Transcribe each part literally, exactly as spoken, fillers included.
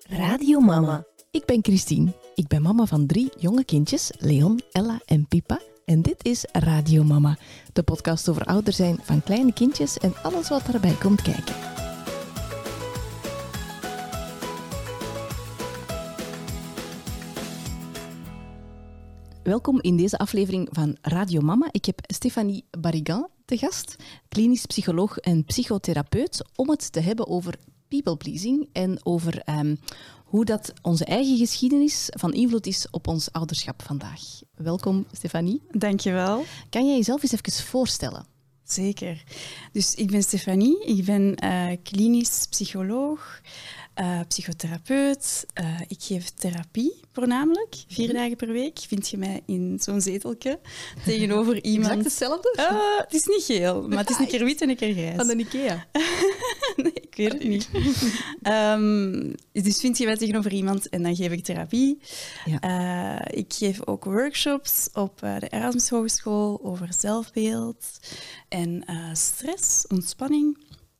Radio Mama. Ik ben Christine. Ik ben mama van drie jonge kindjes, Leon, Ella en Pippa. En dit is Radio Mama, de podcast over ouder zijn van kleine kindjes en alles wat daarbij komt kijken. Welkom in deze aflevering van Radio Mama. Ik heb Stéphanie Barrigan te gast, klinisch psycholoog en psychotherapeut, om het te hebben over people-pleasing en over um, hoe dat onze eigen geschiedenis van invloed is op ons ouderschap vandaag. Welkom, Stéphanie. Dankjewel. Kan jij jezelf eens even voorstellen? Zeker. Dus ik ben Stéphanie, ik ben uh, klinisch psycholoog, uh, psychotherapeut. Uh, ik geef therapie voornamelijk, vier mm-hmm. dagen per week. Vind je mij in zo'n zeteltje tegenover iemand... Exact hetzelfde? Uh, het is niet geel, maar het is een keer wit en een keer grijs. Van de Ikea? Nee, ik weet het niet. um, dus vind je mij tegenover iemand en dan geef ik therapie. Ja. Uh, ik geef ook workshops op uh, de Erasmus Hogeschool over zelfbeeld en uh, stress, ontspanning.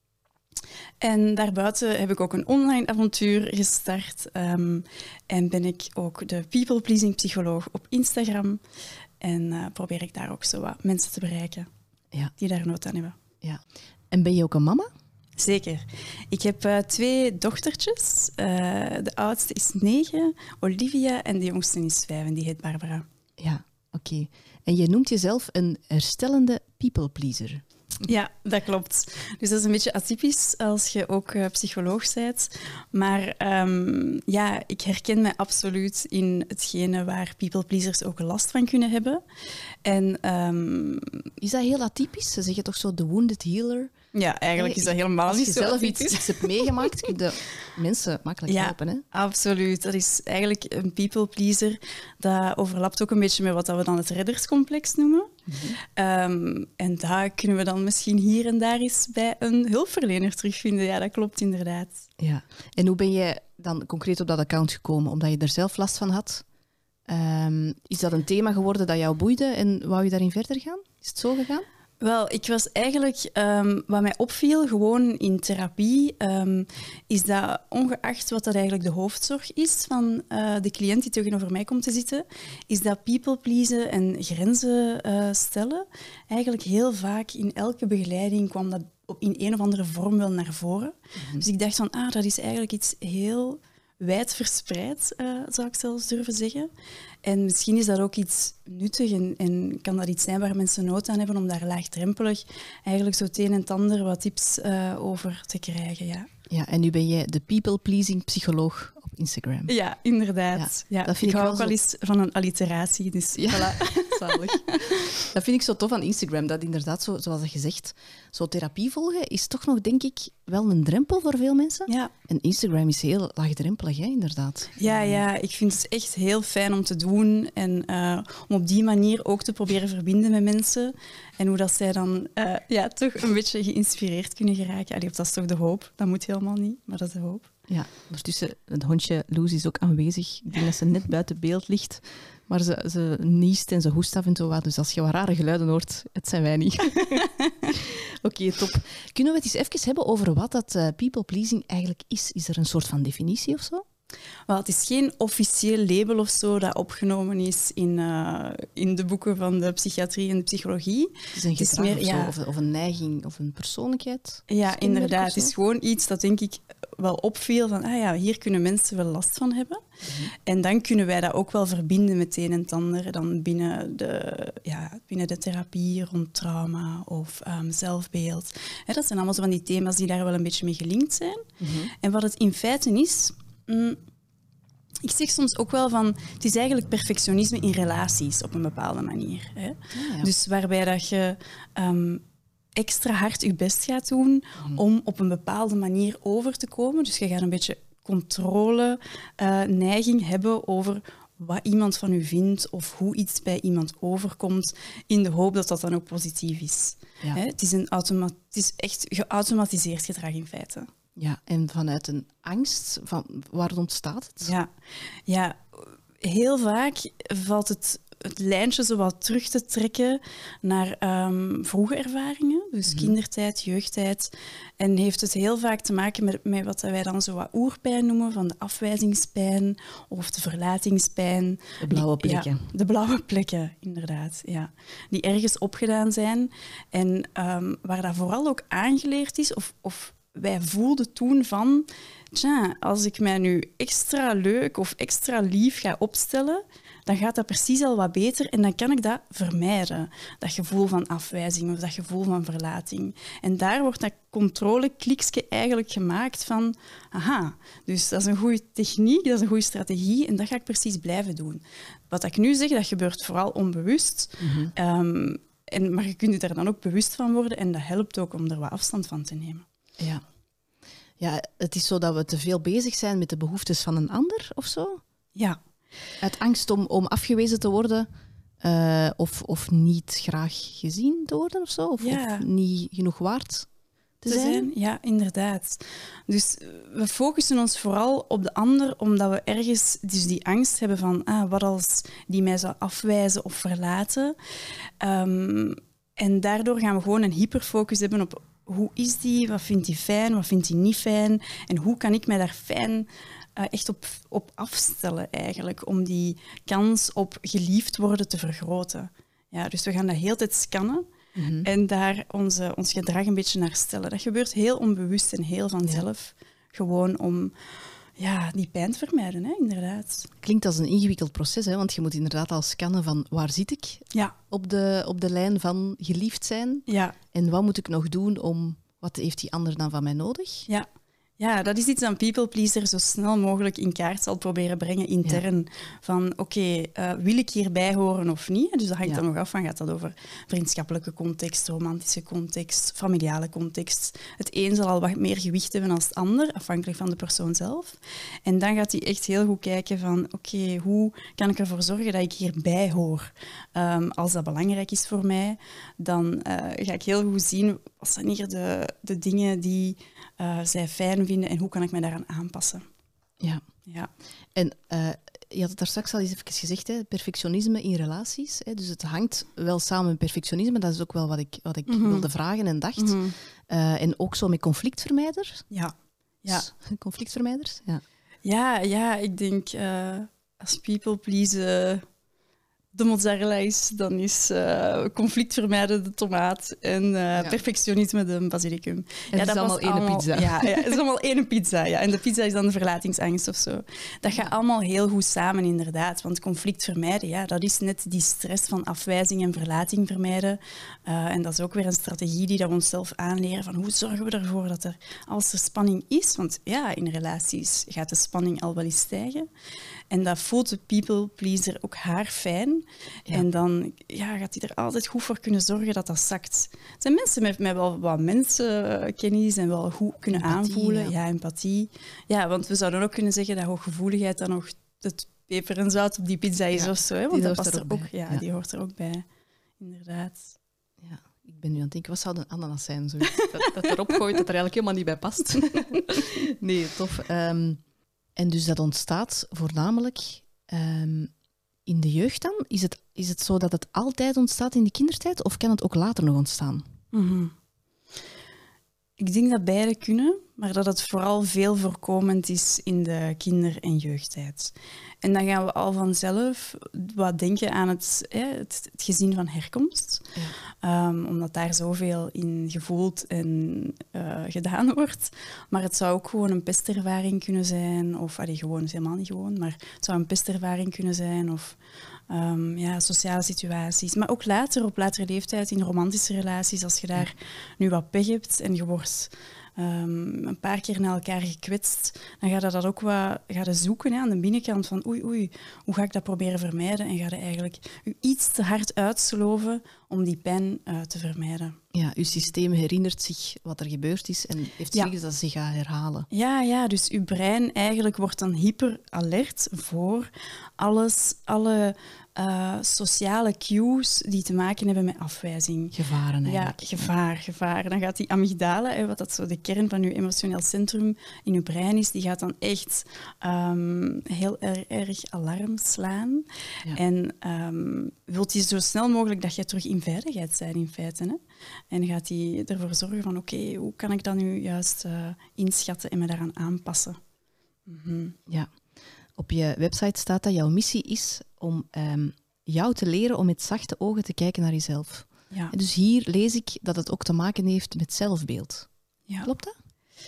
En daarbuiten heb ik ook een online avontuur gestart um, en ben ik ook de people-pleasing psycholoog op Instagram. En uh, probeer ik daar ook zo wat mensen te bereiken ja. die daar nood aan hebben. Ja. En ben je ook een mama? Zeker. Ik heb uh, twee dochtertjes. Uh, de oudste is negen, Olivia, en de jongste is vijf en die heet Barbara. Ja, oké. Okay. En je noemt jezelf een herstellende people-pleaser. Ja, dat klopt. Dus dat is een beetje atypisch als je ook uh, psycholoog bent. Maar um, ja, ik herken mij absoluut in hetgene waar people-pleasers ook last van kunnen hebben. En, um, is dat heel atypisch? Ze zeggen toch zo de wounded healer? Ja, eigenlijk is dat helemaal niet zo. Als je zelf iets, iets hebt meegemaakt, kun je mensen makkelijk ja, helpen. Hè? Absoluut. Dat is eigenlijk een people-pleaser. Dat overlapt ook een beetje met wat we dan het redderscomplex noemen. Mm-hmm. Um, en daar kunnen we dan misschien hier en daar eens bij een hulpverlener terugvinden. Ja, dat klopt inderdaad. Ja. En hoe ben je dan concreet op dat account gekomen? Omdat je er zelf last van had? Um, is dat een thema geworden dat jou boeide en wou je daarin verder gaan? Is het zo gegaan? Wel, ik was eigenlijk... Um, wat mij opviel, gewoon in therapie, um, is dat ongeacht wat dat eigenlijk de hoofdzorg is van uh, de cliënt die tegenover mij komt te zitten, is dat people pleasen en grenzen uh, stellen eigenlijk heel vaak in elke begeleiding kwam dat in een of andere vorm wel naar voren. Mm-hmm. Dus ik dacht van, ah, dat is eigenlijk iets heel wijd verspreid, uh, zou ik zelfs durven zeggen. En misschien is dat ook iets nuttig en, en kan dat iets zijn waar mensen nood aan hebben om daar laagdrempelig eigenlijk zo het een en het ander wat tips uh, over te krijgen. Ja. Ja, en nu ben jij de people-pleasing psycholoog op Instagram. Ja, inderdaad. Ja, ja, dat vind ik, ik hou ook wel zo... eens van een alliteratie. Dus ja, voilà. Zalig. Dat vind ik zo tof aan Instagram, dat inderdaad, zo, zoals je zegt, zo therapie volgen is toch nog, denk ik, wel een drempel voor veel mensen. Ja. En Instagram is heel laagdrempelig, hè, inderdaad. Ja, ja, ik vind het echt heel fijn om te doen en uh, om op die manier ook te proberen verbinden met mensen. En hoe dat zij dan uh, ja, toch een beetje geïnspireerd kunnen geraken. Allee, dat is toch de hoop. Dat moet helemaal niet, maar dat is de hoop. Ja, ondertussen, het hondje Loes is ook aanwezig. Ik denk dat ze net buiten beeld ligt. Maar ze, ze niest en ze hoest af en toe wat. Dus als je wat rare geluiden hoort, het zijn wij niet. Oké, okay, top. Kunnen we het eens even hebben over wat dat uh, people-pleasing eigenlijk is? Is er een soort van definitie of zo? Wel, het is geen officieel label of zo dat opgenomen is in, uh, in de boeken van de psychiatrie en de psychologie. Het is een gedrag het is meer, of, ja, of, of een neiging of een persoonlijkheid? Ja, inderdaad. Het is gewoon iets dat denk ik wel opviel van, ah ja, hier kunnen mensen wel last van hebben. Mm-hmm. En dan kunnen wij dat ook wel verbinden met het een en het ander dan binnen de, ja, binnen de therapie rond trauma of um, zelfbeeld. He, dat zijn allemaal zo van die thema's die daar wel een beetje mee gelinkt zijn. Mm-hmm. En wat het in feite is... Mm, ik zeg soms ook wel van, het is eigenlijk perfectionisme in relaties op een bepaalde manier. Hè? Ja, ja. Dus waarbij dat je um, extra hard je best gaat doen mm. om op een bepaalde manier over te komen. Dus je gaat een beetje controle-neiging uh, hebben over wat iemand van u vindt of hoe iets bij iemand overkomt, in de hoop dat dat dan ook positief is. Ja. Hè? Het is een automa- het is echt geautomatiseerd gedrag in feite. Ja, en vanuit een angst, van waar ontstaat het? Ja, ja, heel vaak valt het, het lijntje zo wat terug te trekken naar um, vroege ervaringen. dus Mm-hmm. kindertijd, jeugdtijd. En heeft het heel vaak te maken met, met wat wij dan zo wat oerpijn noemen, van de afwijzingspijn of de verlatingspijn. De blauwe Die- plekken. Ja, de blauwe plekken, inderdaad. Ja. Die ergens opgedaan zijn en um, waar dat vooral ook aangeleerd is, of, of wij voelden toen van, tja, als ik mij nu extra leuk of extra lief ga opstellen, dan gaat dat precies al wat beter en dan kan ik dat vermijden. Dat gevoel van afwijzing of dat gevoel van verlating. En daar wordt dat controlekliksje eigenlijk gemaakt van, aha, dus dat is een goede techniek, dat is een goede strategie en dat ga ik precies blijven doen. Wat ik nu zeg, dat gebeurt vooral onbewust. Mm-hmm. Um, en, maar je kunt je daar dan ook bewust van worden en dat helpt ook om er wat afstand van te nemen. Ja. Ja, het is zo dat we te veel bezig zijn met de behoeftes van een ander of zo. Ja. Uit angst om, om afgewezen te worden uh, of, of niet graag gezien te worden of zo. Of, Ja. of niet genoeg waard te, te zijn. zijn. Ja, inderdaad. Dus we focussen ons vooral op de ander, omdat we ergens dus die angst hebben van ah, wat als die mij zou afwijzen of verlaten. Um, en daardoor gaan we gewoon een hyperfocus hebben op hoe is die, wat vindt die fijn, wat vindt die niet fijn en hoe kan ik mij daar fijn uh, echt op, op afstellen eigenlijk, om die kans op geliefd worden te vergroten. Ja, dus we gaan dat heel de tijd scannen. Mm-hmm. En daar onze, ons gedrag een beetje naar stellen. Dat gebeurt heel onbewust en heel vanzelf. Ja. Gewoon om ja, die pijn te vermijden, hè, inderdaad. Klinkt als een ingewikkeld proces, hè? Want je moet inderdaad al scannen van waar zit ik ja. op, de, op de lijn van geliefd zijn. Ja. En wat moet ik nog doen om... Wat heeft die ander dan van mij nodig? Ja. Ja, dat is iets dat people pleaser zo snel mogelijk in kaart zal proberen brengen intern. Ja. Van, oké, okay, uh, wil ik hierbij horen of niet? Dus dat hangt ja. er nog af van. Gaat dat over vriendschappelijke context, romantische context, familiale context? Het een zal al wat meer gewicht hebben dan het ander, afhankelijk van de persoon zelf. En dan gaat hij echt heel goed kijken van, oké, okay, hoe kan ik ervoor zorgen dat ik hierbij hoor? Um, als dat belangrijk is voor mij, dan uh, ga ik heel goed zien, wat zijn hier de, de dingen die uh, zij fijn vinden en hoe kan ik mij daaraan aanpassen. Ja. ja. En uh, je had het daar straks al eens even gezegd, hè, perfectionisme in relaties. Hè, dus het hangt wel samen met perfectionisme. Dat is ook wel wat ik, wat ik mm-hmm. wilde vragen en dacht. Mm-hmm. Uh, en ook zo met conflictvermijders. Ja. ja. Conflictvermijders, ja. Ja, ja, ik denk uh, als people please... Uh, de mozzarella is, dan is uh, conflict vermijden de tomaat en uh, ja. perfectionisme de basilicum. En ja, het dat is allemaal één allemaal, pizza. Ja, ja, het is allemaal één pizza. Ja. En de pizza is dan de verlatingsangst of zo. Dat gaat allemaal heel goed samen, inderdaad. Want conflict vermijden, ja, dat is net die stress van afwijzing en verlating vermijden. Uh, en dat is ook weer een strategie die we onszelf aanleren van hoe zorgen we ervoor dat er, als er spanning is, want ja, in relaties gaat de spanning al wel eens stijgen. En dat voelt de people pleaser ook haar fijn. Ja. En dan ja, gaat hij er altijd goed voor kunnen zorgen dat dat zakt. Het zijn mensen met, met wel wat mensenkennis en wel goed kunnen empathie, aanvoelen. Ja. ja, empathie. Ja, want we zouden ook kunnen zeggen dat hooggevoeligheid dan nog het peper en zout op die pizza is ja, of zo. Hè? Want dat past er ook, ook ja, ja, die hoort er ook bij. Inderdaad. Ja, ik ben nu aan het denken, wat zou een ananas zijn? Zo? Dat, dat erop gooit, dat er eigenlijk helemaal niet bij past. Nee, tof. Um, en dus dat ontstaat voornamelijk um, in de jeugd dan? Is het, is het zo dat het altijd ontstaat in de kindertijd of kan het ook later nog ontstaan? Mm-hmm. Ik denk dat beide kunnen, maar dat het vooral veel voorkomend is in de kinder- en jeugdtijd. En dan gaan we al vanzelf wat denken aan het, hè, het, het gezin van herkomst. Ja. Um, omdat daar zoveel in gevoeld en uh, gedaan wordt. Maar het zou ook gewoon een pestervaring kunnen zijn. Of, allee, gewoon is helemaal niet gewoon, maar het zou een pestervaring kunnen zijn. Of um, ja, sociale situaties. Maar ook later, op latere leeftijd, in romantische relaties, als je daar nu wat pech hebt en je wordt... Um, een paar keer naar elkaar gekwetst, dan ga je dat ook wat ga je zoeken hè, aan de binnenkant van oei, oei, hoe ga ik dat proberen vermijden? En ga je eigenlijk je iets te hard uitsloven om die pijn uh, te vermijden. Ja, uw systeem herinnert zich wat er gebeurd is en heeft ja. zich dat zich gaat herhalen. Ja, ja, dus uw brein eigenlijk wordt dan hyper alert voor alles, alle uh, sociale cues die te maken hebben met afwijzing. Gevaren eigenlijk. Ja, gevaar, gevaar. Dan gaat die amygdala, hè, wat dat zo de kern van uw emotioneel centrum in uw brein is, die gaat dan echt um, heel erg, erg alarm slaan. Ja. En um, wilt je zo snel mogelijk dat je terug in veiligheid bent, in feite. Hè? En gaat hij ervoor zorgen van, oké, okay, hoe kan ik dat nu juist uh, inschatten en me daaraan aanpassen? Mm-hmm. Ja. Op je website staat dat jouw missie is om um, jou te leren om met zachte ogen te kijken naar jezelf. Ja. En dus hier lees ik dat het ook te maken heeft met zelfbeeld. Ja. Klopt dat?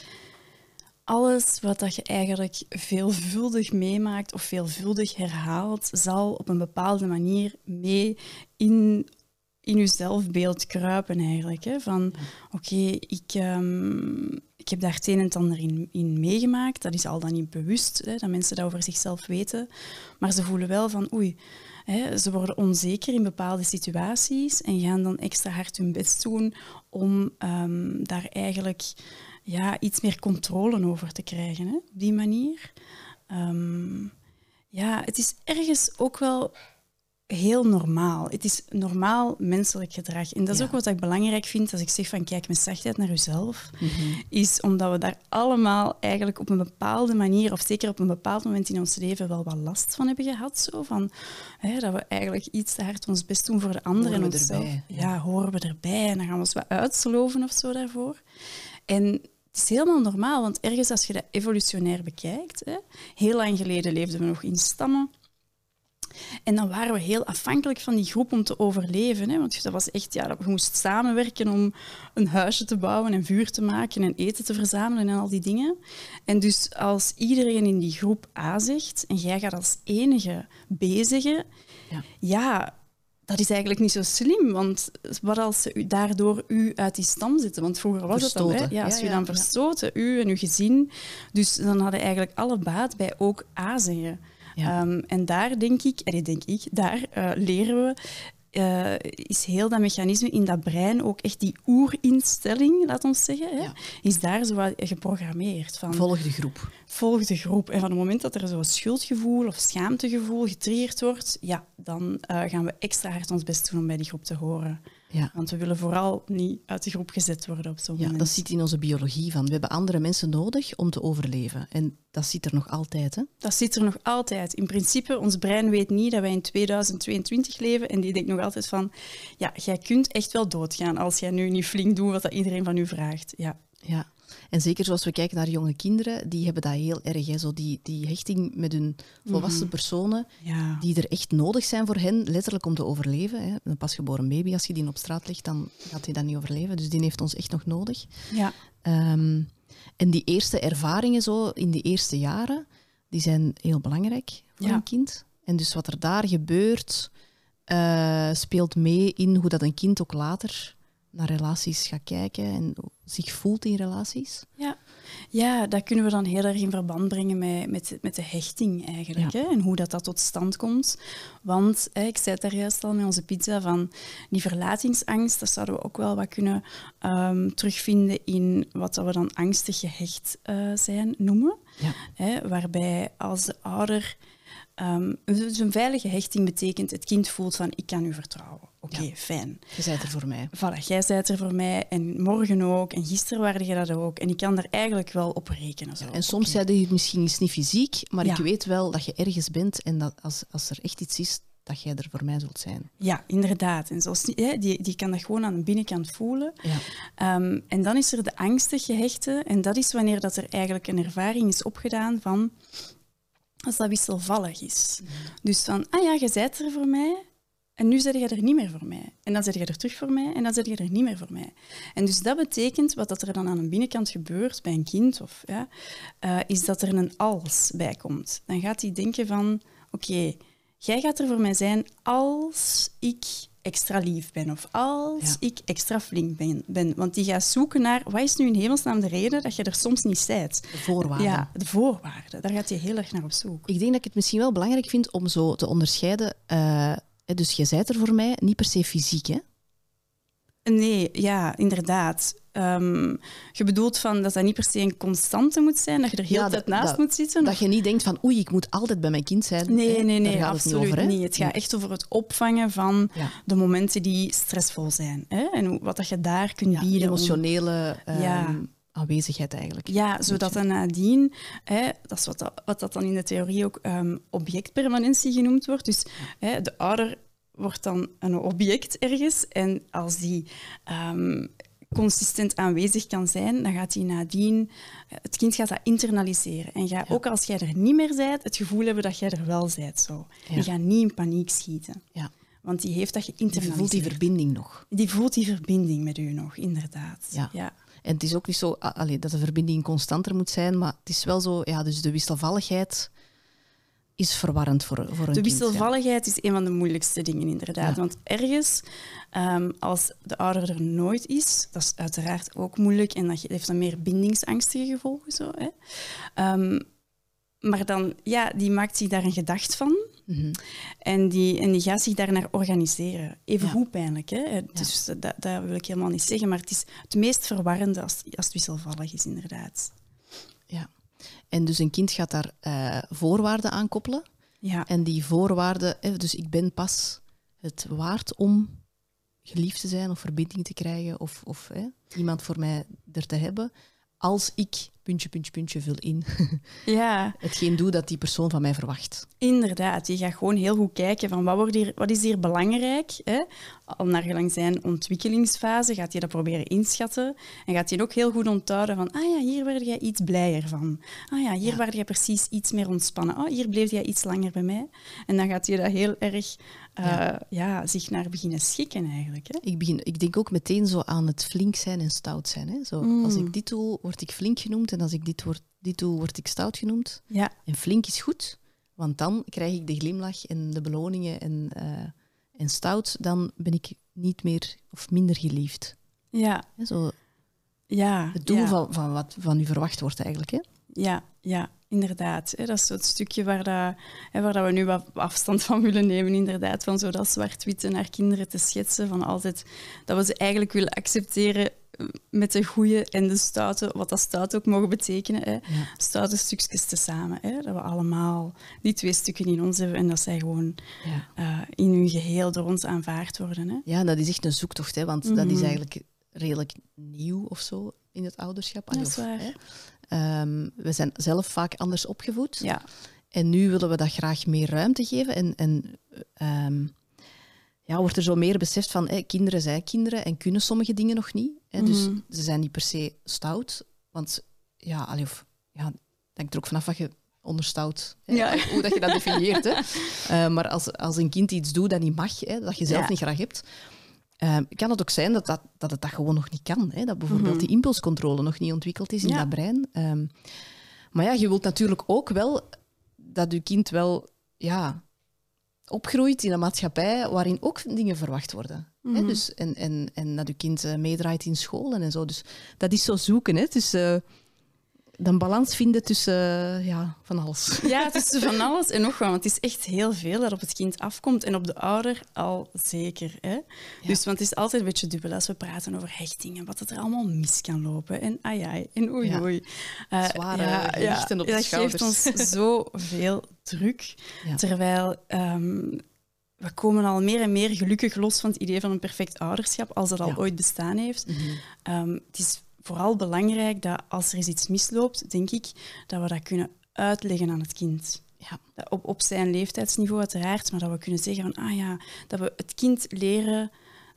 Alles wat dat je eigenlijk veelvuldig meemaakt of veelvuldig herhaalt, zal op een bepaalde manier mee in, in je zelfbeeld kruipen eigenlijk. Hè? Van, ja. oké, okay, ik, um, ik heb daar het een en het ander in, in meegemaakt. Dat is al dan niet bewust, hè, dat mensen dat over zichzelf weten. Maar ze voelen wel van, oei, hè, ze worden onzeker in bepaalde situaties en gaan dan extra hard hun best doen om um, daar eigenlijk... Ja, iets meer controle over te krijgen, hè, op die manier. Um, ja, het is ergens ook wel heel normaal. Het is normaal menselijk gedrag. En dat is ja. ook wat ik belangrijk vind als ik zeg van kijk met zachtheid naar jezelf. Mm-hmm. Is omdat we daar allemaal eigenlijk op een bepaalde manier, of zeker op een bepaald moment in ons leven, wel wat last van hebben gehad. Zo, van, hè, dat we eigenlijk iets te hard ons best doen voor de anderen. Horen we we erbij. Ja, ja, horen we erbij. En dan gaan we ons wat uitsloven of zo daarvoor. En het is helemaal normaal, want ergens als je dat evolutionair bekijkt, hè, heel lang geleden leefden we nog in stammen. En dan waren we heel afhankelijk van die groep om te overleven. Hè, want dat was echt, ja, je moest samenwerken om een huisje te bouwen en vuur te maken en eten te verzamelen en al die dingen. En dus als iedereen in die groep A zegt en jij gaat als enige B zeggen, ja... ja dat is eigenlijk niet zo slim, want wat als ze u daardoor u uit die stam zetten? Want vroeger was verstoten. het dan, hè? Ja, als ja, je ja, dan ja. verstoten, u en uw gezin. Dus dan hadden eigenlijk alle baat bij ook A zeggen. Ja. Um, en daar denk ik, en denk ik, daar uh, leren we, uh, is heel dat mechanisme in dat brein, ook echt die oerinstelling, laat ons zeggen, hè, ja. is daar zo wat geprogrammeerd. Van, volg de groep. Volg de groep. En van het moment dat er zo'n schuldgevoel of schaamtegevoel getriggerd wordt, ja, dan uh, gaan we extra hard ons best doen om bij die groep te horen. Ja. Want we willen vooral niet uit de groep gezet worden op zo'n ja, moment. Dat zit in onze biologie van. We hebben andere mensen nodig om te overleven. En dat zit er nog altijd, hè? Dat zit er nog altijd. In principe, ons brein weet niet dat wij in tweeduizend tweeëntwintig leven en die denkt nog altijd van, ja, jij kunt echt wel doodgaan als jij nu niet flink doet wat dat iedereen van u vraagt. Ja. Ja. En zeker zoals we kijken naar jonge kinderen, die hebben dat heel erg. Hè? Zo die, die hechting met hun volwassen mm-hmm. personen, ja. die er echt nodig zijn voor hen, letterlijk om te overleven. Hè? Een pasgeboren baby, als je die op straat legt, dan gaat hij dat niet overleven. Dus die heeft ons echt nog nodig. Ja. Um, en die eerste ervaringen zo, in die eerste jaren, die zijn heel belangrijk voor ja. een kind. En dus wat er daar gebeurt, uh, speelt mee in hoe dat een kind ook later naar relaties gaat kijken en zich voelt in relaties. Ja, ja dat kunnen we dan heel erg in verband brengen met, met, met de hechting eigenlijk. Ja. Hè? En hoe dat, dat tot stand komt. Want, hè, ik zei het daar juist al met onze pizza, van die verlatingsangst, dat zouden we ook wel wat kunnen um, terugvinden in wat we dan angstig gehecht uh, zijn noemen. Ja. Hè? Waarbij als de ouder... Um, dus een veilige hechting betekent het kind voelt van ik kan u vertrouwen. Oké, okay, ja. fijn. Je bent er voor mij. Voilà, jij bent er voor mij en morgen ook en gisteren waarde je dat ook. En ik kan er eigenlijk wel op rekenen. Zo. Ja, en soms okay. zei je het misschien eens niet fysiek, maar ja. ik weet wel dat je ergens bent en dat als, als er echt iets is, dat jij er voor mij zult zijn. Ja, inderdaad. En zoals, hè, die, die kan dat gewoon aan de binnenkant voelen. Ja. Um, en dan is er de angstig gehechte en dat is wanneer dat er eigenlijk een ervaring is opgedaan van... als dat wisselvallig is. Mm. Dus van, ah ja, je bent er voor mij en nu zeg je er niet meer voor mij. En dan zeg je er terug voor mij en dan zeg je er niet meer voor mij. En dus dat betekent, wat er dan aan de binnenkant gebeurt bij een kind, of, ja, uh, is dat er een als bij komt. Dan gaat hij denken van, oké, okay, jij gaat er voor mij zijn als ik extra lief ben of als ja. ik extra flink ben, ben. Want die gaat zoeken naar, wat is nu in hemelsnaam de reden dat je er soms niet bent? De voorwaarden. Ja, de voorwaarden. Daar gaat hij heel erg naar op zoek. Ik denk dat ik het misschien wel belangrijk vind om zo te onderscheiden. Uh, dus je bent er voor mij, niet per se fysiek, hè? Nee, ja, inderdaad. Um, je bedoelt van dat dat niet per se een constante moet zijn, dat je er heel ja, tijd naast dat, moet zitten? Dat of? je niet denkt van, oei, ik moet altijd bij mijn kind zijn. Nee, nee, nee, gaat absoluut het niet. Over, niet. Het gaat echt over het opvangen van ja. de momenten die stressvol zijn. Hè? En wat dat je daar kunt ja, bieden. Emotionele um, ja. aanwezigheid eigenlijk. Ja, zodat dan nadien, hè, dat is wat dat, wat dat dan in de theorie ook um, objectpermanentie genoemd wordt. Dus hè, de ouder wordt dan een object ergens. En als die um, consistent aanwezig kan zijn, dan gaat die nadien... Het kind gaat dat internaliseren. En gaat, ja. ook als jij er niet meer bent, het gevoel hebben dat jij er wel bent. Zo. Ja. Die gaat niet in paniek schieten. Ja. Want die heeft dat geïnternaliseerd. Die voelt die verbinding nog. Die voelt die verbinding met u nog, inderdaad. Ja. ja. En het is ook niet zo allee, dat de verbinding constanter moet zijn, maar het is wel zo... Ja, dus de wisselvalligheid is verwarrend voor, voor een De kind. wisselvalligheid ja. is een van de moeilijkste dingen, inderdaad. Ja. Want ergens, um, als de ouder er nooit is, dat is uiteraard ook moeilijk en dat heeft dan meer bindingsangstige gevolgen. Zo, hè. Um, maar dan, ja, die maakt zich daar een gedacht van. Mm-hmm. En, die, en die gaat zich daarnaar organiseren. Even ja. hoe pijnlijk, hè? Ja. Dus dat, dat wil ik helemaal niet zeggen, maar het is het meest verwarrende als, als het wisselvallig is, inderdaad. Ja. En dus een kind gaat daar uh, voorwaarden aan koppelen. Ja. En die voorwaarden, dus ik ben pas het waard om geliefd te zijn of verbinding te krijgen of, of hè, iemand voor mij er te hebben, als ik puntje, puntje, puntje vul in. Ja. Hetgeen doe dat die persoon van mij verwacht. Inderdaad, je gaat gewoon heel goed kijken van wat, wordt hier, wat is hier belangrijk. Hè? Al naar gelang zijn ontwikkelingsfase gaat je dat proberen inschatten. En gaat je ook heel goed onthouden van, ah ja, hier werd jij iets blijer van. Ah ja, hier ja. werd jij precies iets meer ontspannen. Oh, hier bleef jij iets langer bij mij. En dan gaat je dat heel erg uh, ja. Ja, zich naar beginnen schikken eigenlijk. Hè? Ik, begin, ik denk ook meteen zo aan het flink zijn en stout zijn. Hè? Zo, mm. Als ik dit doe, word ik flink genoemd. En als ik dit, word, dit doe, word ik stout genoemd. Ja. En flink is goed, want dan krijg ik de glimlach en de beloningen. En, uh, en stout, dan ben ik niet meer of minder geliefd. Ja. Hè, zo ja. Het doel ja. van, van wat van u verwacht wordt eigenlijk. Hè? Ja, ja, inderdaad. Dat is het stukje waar, dat, waar dat we nu wat afstand van willen nemen, inderdaad. Van zo dat zwart-witte naar kinderen te schetsen. Van altijd dat we ze eigenlijk willen accepteren met de goede en de stoute, wat dat stout ook mogen betekenen. Hè. Ja. Stoute stukjes tezamen. Hè. Dat we allemaal die twee stukken in ons hebben en dat zij gewoon ja. uh, in hun geheel door ons aanvaard worden. Hè. Ja, dat is echt een zoektocht, hè, want mm-hmm. dat is eigenlijk redelijk nieuw of zo in het ouderschap. Dat is waar. Hè. Um, we zijn zelf vaak anders opgevoed. Ja. En nu willen we dat graag meer ruimte geven. En, en um, ja, wordt er zo meer beseft van, hé, kinderen zijn kinderen en kunnen sommige dingen nog niet. Hè, mm-hmm. Dus ze zijn niet per se stout. Want ja, allee, of, ja denk er ook vanaf wat je onder stout, hè, ja. hoe dat je dat definieert. Hè. Uh, maar als, als een kind iets doet dat niet mag, hè, dat je zelf ja. niet graag hebt, Uh, kan het ook zijn dat, dat, dat het dat gewoon nog niet kan. Hè? Dat bijvoorbeeld mm-hmm. die impulscontrole nog niet ontwikkeld is in ja. dat brein. Um, maar ja, je wilt natuurlijk ook wel dat je kind wel ja, opgroeit in een maatschappij waarin ook dingen verwacht worden. Mm-hmm. Hè? Dus, en, en, en dat je kind uh, meedraait in scholen en zo. Dus dat is zo zoeken. Hè? Dus, uh, dan balans vinden tussen uh, ja, van alles. Ja, tussen van alles en nog wat. Want het is echt heel veel dat op het kind afkomt. En op de ouder al zeker. Hè? Ja. Dus, want het is altijd een beetje dubbel als we praten over hechtingen. Wat er allemaal mis kan lopen. En ai, ai en oei, ja. oei. Uh, Zware ja, gewichten ja, op de dat schouders. Dat geeft ons zoveel druk. Ja. Terwijl... Um, we komen al meer en meer gelukkig los van het idee van een perfect ouderschap, als dat al ja. ooit bestaan heeft. Mm-hmm. Um, het is vooral belangrijk dat als er eens iets misloopt, denk ik, dat we dat kunnen uitleggen aan het kind. Ja. Op, op zijn leeftijdsniveau uiteraard, maar dat we kunnen zeggen van, ah ja, dat we het kind leren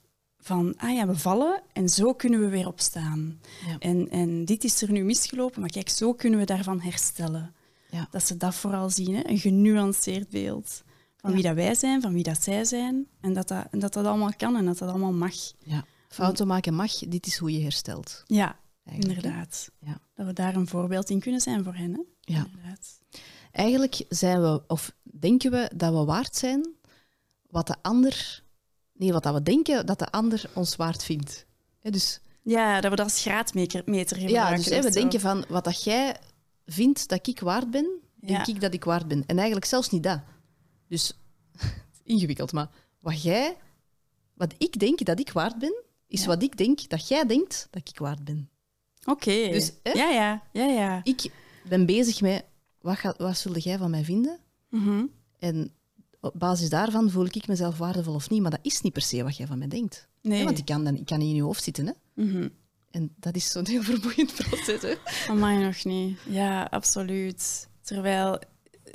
van, ah ja, we vallen en zo kunnen we weer opstaan. Ja. En, en dit is er nu misgelopen, maar kijk, zo kunnen we daarvan herstellen. Ja. Dat ze dat vooral zien, hè? Een genuanceerd beeld. Van wie dat wij zijn, van wie dat zij zijn. En dat dat, en dat dat allemaal kan en dat dat allemaal mag. Ja. Fouten maken mag, dit is hoe je herstelt. Ja, eigenlijk, inderdaad. Ja. Dat we daar een voorbeeld in kunnen zijn voor hen. Hè? Ja. Inderdaad. Eigenlijk zijn we, of denken we dat we waard zijn wat de ander... Nee, wat dat we denken dat de ander ons waard vindt. He, dus, ja, dat we dat als graadmeter gebruiken. Ja, dus he, we zo. denken van wat dat jij vindt dat ik waard ben, denk ja. ik dat ik waard ben. En eigenlijk zelfs niet dat. Dus, ingewikkeld, maar wat jij... Wat ik denk dat ik waard ben, is ja. wat ik denk dat jij denkt dat ik waard ben. Oké. Okay. Dus, ja, ja, ja, ja. Ik ben bezig met... Wat, ga, wat zul jij van mij vinden? Mm-hmm. En op basis daarvan voel ik mezelf waardevol of niet. Maar dat is niet per se wat jij van mij denkt. Nee. Ja, want ik kan, dan, ik kan niet in je hoofd zitten. Hè? Mm-hmm. En dat is zo'n heel vermoeiend proces. Hè? Amai, nog niet. Ja, absoluut. Terwijl...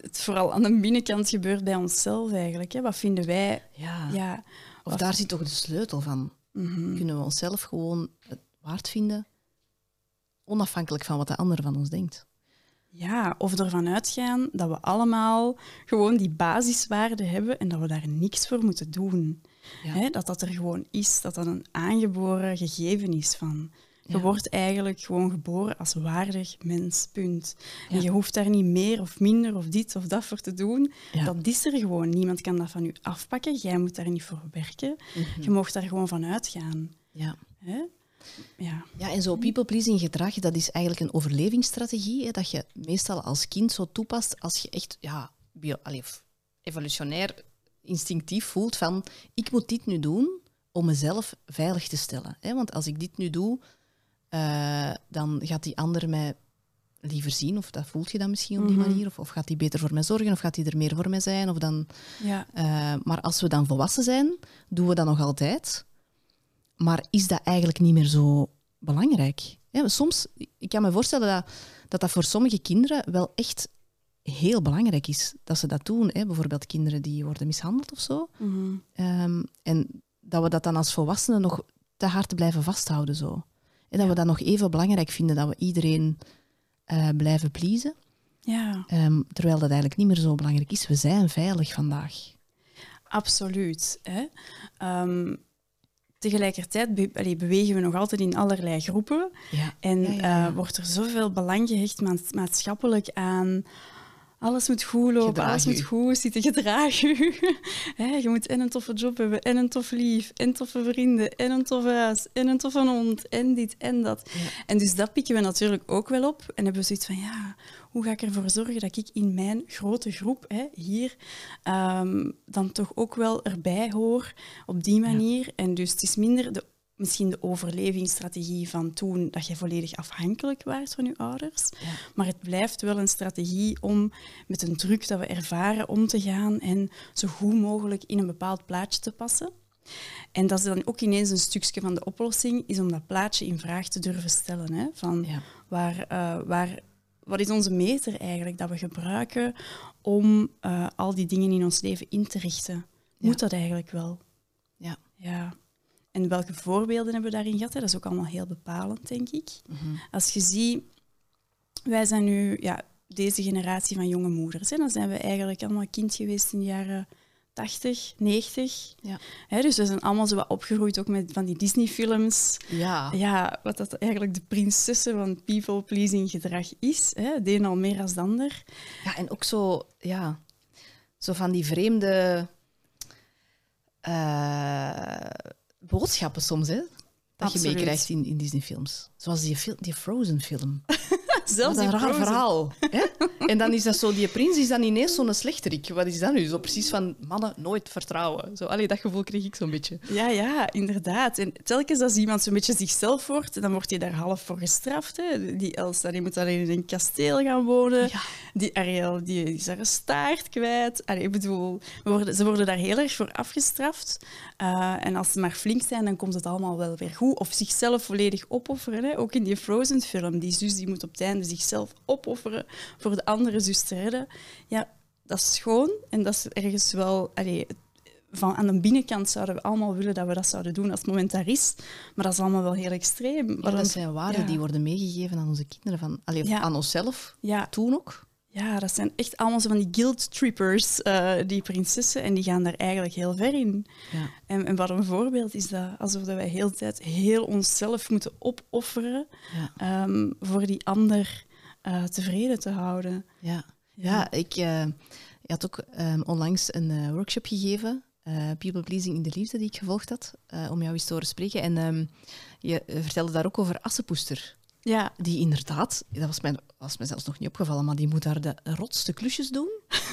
het vooral aan de binnenkant gebeurt bij onszelf eigenlijk. Hè. Wat vinden wij... Ja. Ja, Of wat- daar zit toch de sleutel van. Mhm. Kunnen we onszelf gewoon het waard vinden, onafhankelijk van wat de ander van ons denkt. Ja, of ervan uitgaan dat we allemaal gewoon die basiswaarden hebben en dat we daar niks voor moeten doen. Ja. Hè, dat dat er gewoon is, dat dat een aangeboren gegeven is van... Je Ja. wordt eigenlijk gewoon geboren als waardig mens, punt. En Ja. je hoeft daar niet meer of minder of dit of dat voor te doen. Ja. Dat is er gewoon. Niemand kan dat van je afpakken. Jij moet daar niet voor werken. Mhm. Je mag daar gewoon van uitgaan. Ja. Hè? Ja. Ja, en zo people-pleasing gedrag, dat is eigenlijk een overlevingsstrategie, hè, dat je meestal als kind zo toepast als je echt ja, bio, allee, f- evolutionair instinctief voelt van ik moet dit nu doen om mezelf veilig te stellen. Hè, want als ik dit nu doe, eh, dan gaat die ander mij liever zien, of dat voelt je dan misschien op die Mhm. manier, of, of gaat die beter voor mij zorgen, of gaat die er meer voor mij zijn, of dan... Ja. Eh, maar als we dan volwassen zijn, doen we dat nog altijd. Maar is dat eigenlijk niet meer zo belangrijk? Ja, soms, ik kan me voorstellen dat, dat dat voor sommige kinderen wel echt heel belangrijk is dat ze dat doen. Hè? Bijvoorbeeld kinderen die worden mishandeld of zo. Mhm. Ehm, en dat we dat dan als volwassenen nog te hard blijven vasthouden. Zo. En dat Ja. we dat nog even belangrijk vinden, dat we iedereen eh, blijven pleasen. Ja. Ehm, terwijl dat eigenlijk niet meer zo belangrijk is. We zijn veilig vandaag. Absoluut. Hè? Ehm, tegelijkertijd be- allee, bewegen we nog altijd in allerlei groepen. Ja. En Ja, ja, ja. eh, wordt er zoveel belang gehecht maats- maatschappelijk aan... Alles moet goed lopen, Gedraag alles u. moet goed zitten, gedraag u. Hè, je moet en een toffe job hebben, en een tof lief, en toffe vrienden, en een tof huis, en een toffe hond, en dit en dat. Ja. En dus dat pikken we natuurlijk ook wel op. En hebben we zoiets van, ja, hoe ga ik ervoor zorgen dat ik in mijn grote groep hè, hier ehm, dan toch ook wel erbij hoor op die manier. En dus het is minder de, misschien de overlevingsstrategie van toen dat je volledig afhankelijk was van je ouders. Ja. Maar het blijft wel een strategie om met een druk dat we ervaren om te gaan en zo goed mogelijk in een bepaald plaatje te passen. En dat is dan ook ineens een stukje van de oplossing, is om dat plaatje in vraag te durven stellen. Hè? Van Ja. waar, eh, waar, wat is onze meter eigenlijk dat we gebruiken om eh, al die dingen in ons leven in te richten? Moet Ja. dat eigenlijk wel? Ja. Ja. En welke voorbeelden hebben we daarin gehad? Hè? Dat is ook allemaal heel bepalend, denk ik. Mhm. Als je ziet, wij zijn nu ja, deze generatie van jonge moeders. Hè? Dan zijn we eigenlijk allemaal kind geweest in de jaren tachtig, negentig. Ja. Hè, dus we zijn allemaal zo wat opgegroeid ook met van die Disney-films. Ja. Ja, wat dat eigenlijk de prinsessen van people-pleasing gedrag is. Hè? De een al meer als de ander. Ja, en ook zo, ja, zo van die vreemde eh, boodschappen soms, hè? Dat je Absoluut. meekrijgt in, in Disney-films. Zoals die, fil- die Frozen-film. Zelfs Wat een die raar Frozen. verhaal. Hè? En dan is dat zo, die prins is dan ineens zo'n slechterik. Wat is dat nu? Zo precies van, mannen, nooit vertrouwen. Zo, allee, dat gevoel kreeg ik zo'n beetje. Ja, ja, inderdaad. En telkens als iemand zo'n beetje zichzelf wordt, dan wordt hij daar half voor gestraft. Hè. Die Elsa die moet alleen in een kasteel gaan wonen. Ja. Die Ariel die is haar staart kwijt. Allee, ik bedoel, we worden, ze worden daar heel erg voor afgestraft. Uh, en als ze maar flink zijn, dan komt het allemaal wel weer goed. Of zichzelf volledig opofferen. Hè. Ook in die Frozen-film. Die zus die moet op het einde zichzelf opofferen voor de andere zus te redden. Ja, dat is schoon. En dat is ergens wel... Allee, van aan de binnenkant zouden we allemaal willen dat we dat zouden doen als het moment daar is. Maar dat is allemaal wel heel extreem. Ja, Maar dan- dat zijn waarden ja. die worden meegegeven aan onze kinderen. Van, allee, Ja. aan onszelf, Ja, toen ook. ja, dat zijn echt allemaal zo van die guilt trippers, eh, die prinsessen. En die gaan daar eigenlijk heel ver in. Ja. En, en wat een voorbeeld is dat, alsof dat wij heel de tijd heel onszelf moeten opofferen Ja. ehm, voor die ander eh, tevreden te houden. Ja, ja ik eh, je had ook ehm, onlangs een eh, workshop gegeven, eh, People Pleasing in de Liefde, die ik gevolgd had, eh, om jou eens te horen spreken. En ehm, je eh, vertelde daar ook over Assepoester. Ja, Die inderdaad, dat was mij, was mij zelfs nog niet opgevallen, maar die moet daar de rotste klusjes doen.